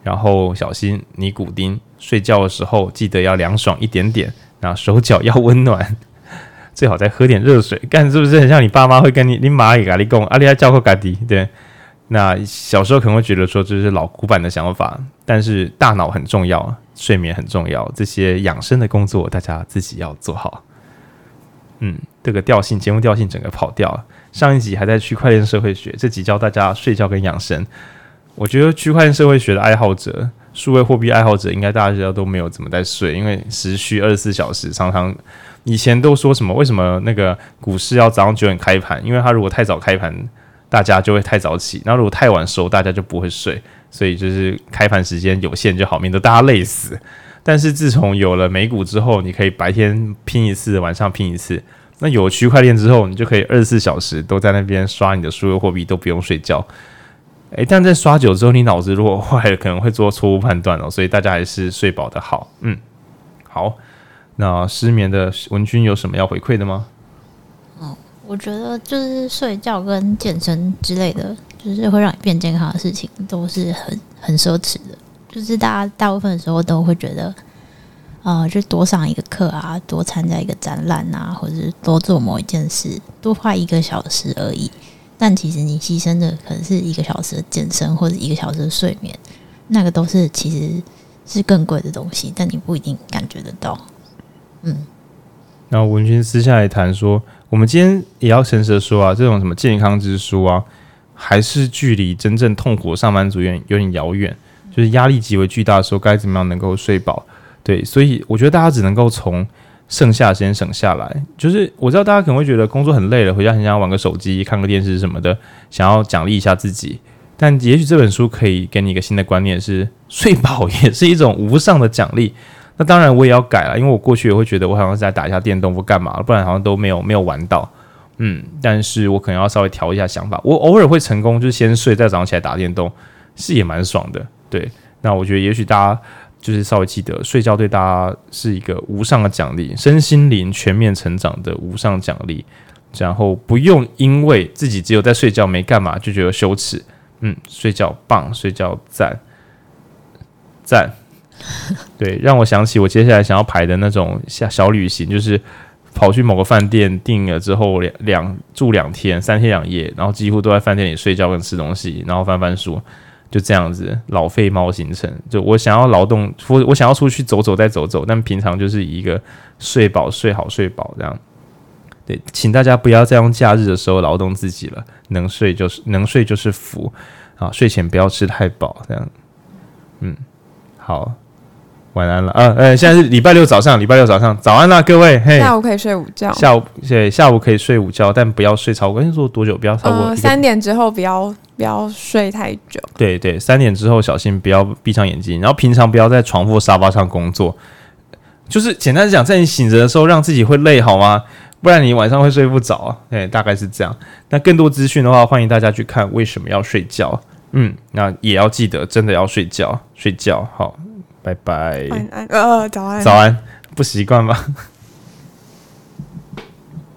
然后小心尼古丁，睡觉的时候记得要凉爽一点点，然后手脚要温暖，最好再喝点热水。干是不是很像你爸妈会跟你妈也跟你讲，你要照顾自己？对，那小时候可能会觉得说这是老古板的想法，但是大脑很重要，睡眠很重要，这些养生的工作大家自己要做好。这个节目调性整个跑掉了。上一集还在区块链社会学，这集教大家睡觉跟养生。我觉得区块链社会学的爱好者、数位货币爱好者，应该大家都没有怎么在睡，因为时区24小时，常常以前都说什么为什么那个股市要早上9点开盘，因为它如果太早开盘，大家就会太早起，然后如果太晚收，大家就不会睡，所以就是开盘时间有限就好，免得大家累死。但是自从有了美股之后，你可以白天拼一次，晚上拼一次。那有区块链之后，你就可以24小时都在那边刷你的数位货币，都不用睡觉。但在刷久之后，你脑子如果坏了，可能会做错误判断哦。所以大家还是睡饱的好。好。那失眠的文君有什么要回馈的吗？ 我觉得就是睡觉跟健身之类的，就是会让你变健康的事情，都是很奢侈的。就是大部分的时候都会觉得。就多上一个课啊，多参加一个展览啊，或者是多做某一件事，多花1个小时而已。但其实你牺牲的可能是1个小时的健身，或者1个小时的睡眠，那个都是其实是更贵的东西，但你不一定感觉得到。 然后文君私下来谈说，我们今天也要诚实的说啊，这种什么健康之书啊，还是距离真正痛苦的上班族有点遥远。就是压力极为巨大的时候，该怎么样能够睡饱？对，所以我觉得大家只能够从剩下的时间省下来。就是我知道大家可能会觉得工作很累了，回家很想玩个手机、看个电视什么的，想要奖励一下自己。但也许这本书可以给你一个新的观念是，睡饱也是一种无上的奖励。那当然我也要改了，因为我过去也会觉得我好像是在打一下电动或干嘛，不然好像都没有玩到。但是我可能要稍微调一下想法。我偶尔会成功，就是先睡，再早上起来打电动，是也蛮爽的。对，那我觉得也许大家。就是稍微记得，睡觉对大家是一个无上的奖励，身心灵全面成长的无上奖励。然后不用因为自己只有在睡觉没干嘛就觉得羞耻。睡觉棒，睡觉赞。对，让我想起我接下来想要排的那种小旅行，就是跑去某个饭店订了之后住2天，3天2夜，然后几乎都在饭店里睡觉跟吃东西，然后翻翻书。就这样子，老废猫行程。就我想要劳动，我想要出去走走再走走，但平常就是以一个睡饱、睡好、睡饱这样。对，请大家不要再用假日的时候劳动自己了，能睡就是福啊！睡前不要吃太饱，这样。好，晚安了现在是礼拜六早上，早安啦，各位。嘿， 下午可以睡午觉。 下午可以睡午觉，但不要睡超过。说多久？不要超过 3点之后，不要睡太久。 对，3点之后小心不要闭上眼睛，然后平常不要在床或沙发上工作。就是简单讲，在你醒着的时候，让自己会累好吗？不然你晚上会睡不着啊。大概是这样。那更多资讯的话，欢迎大家去看为什么要睡觉。那也要记得真的要睡觉。好，拜拜。 晚安。早安。 不习惯吧？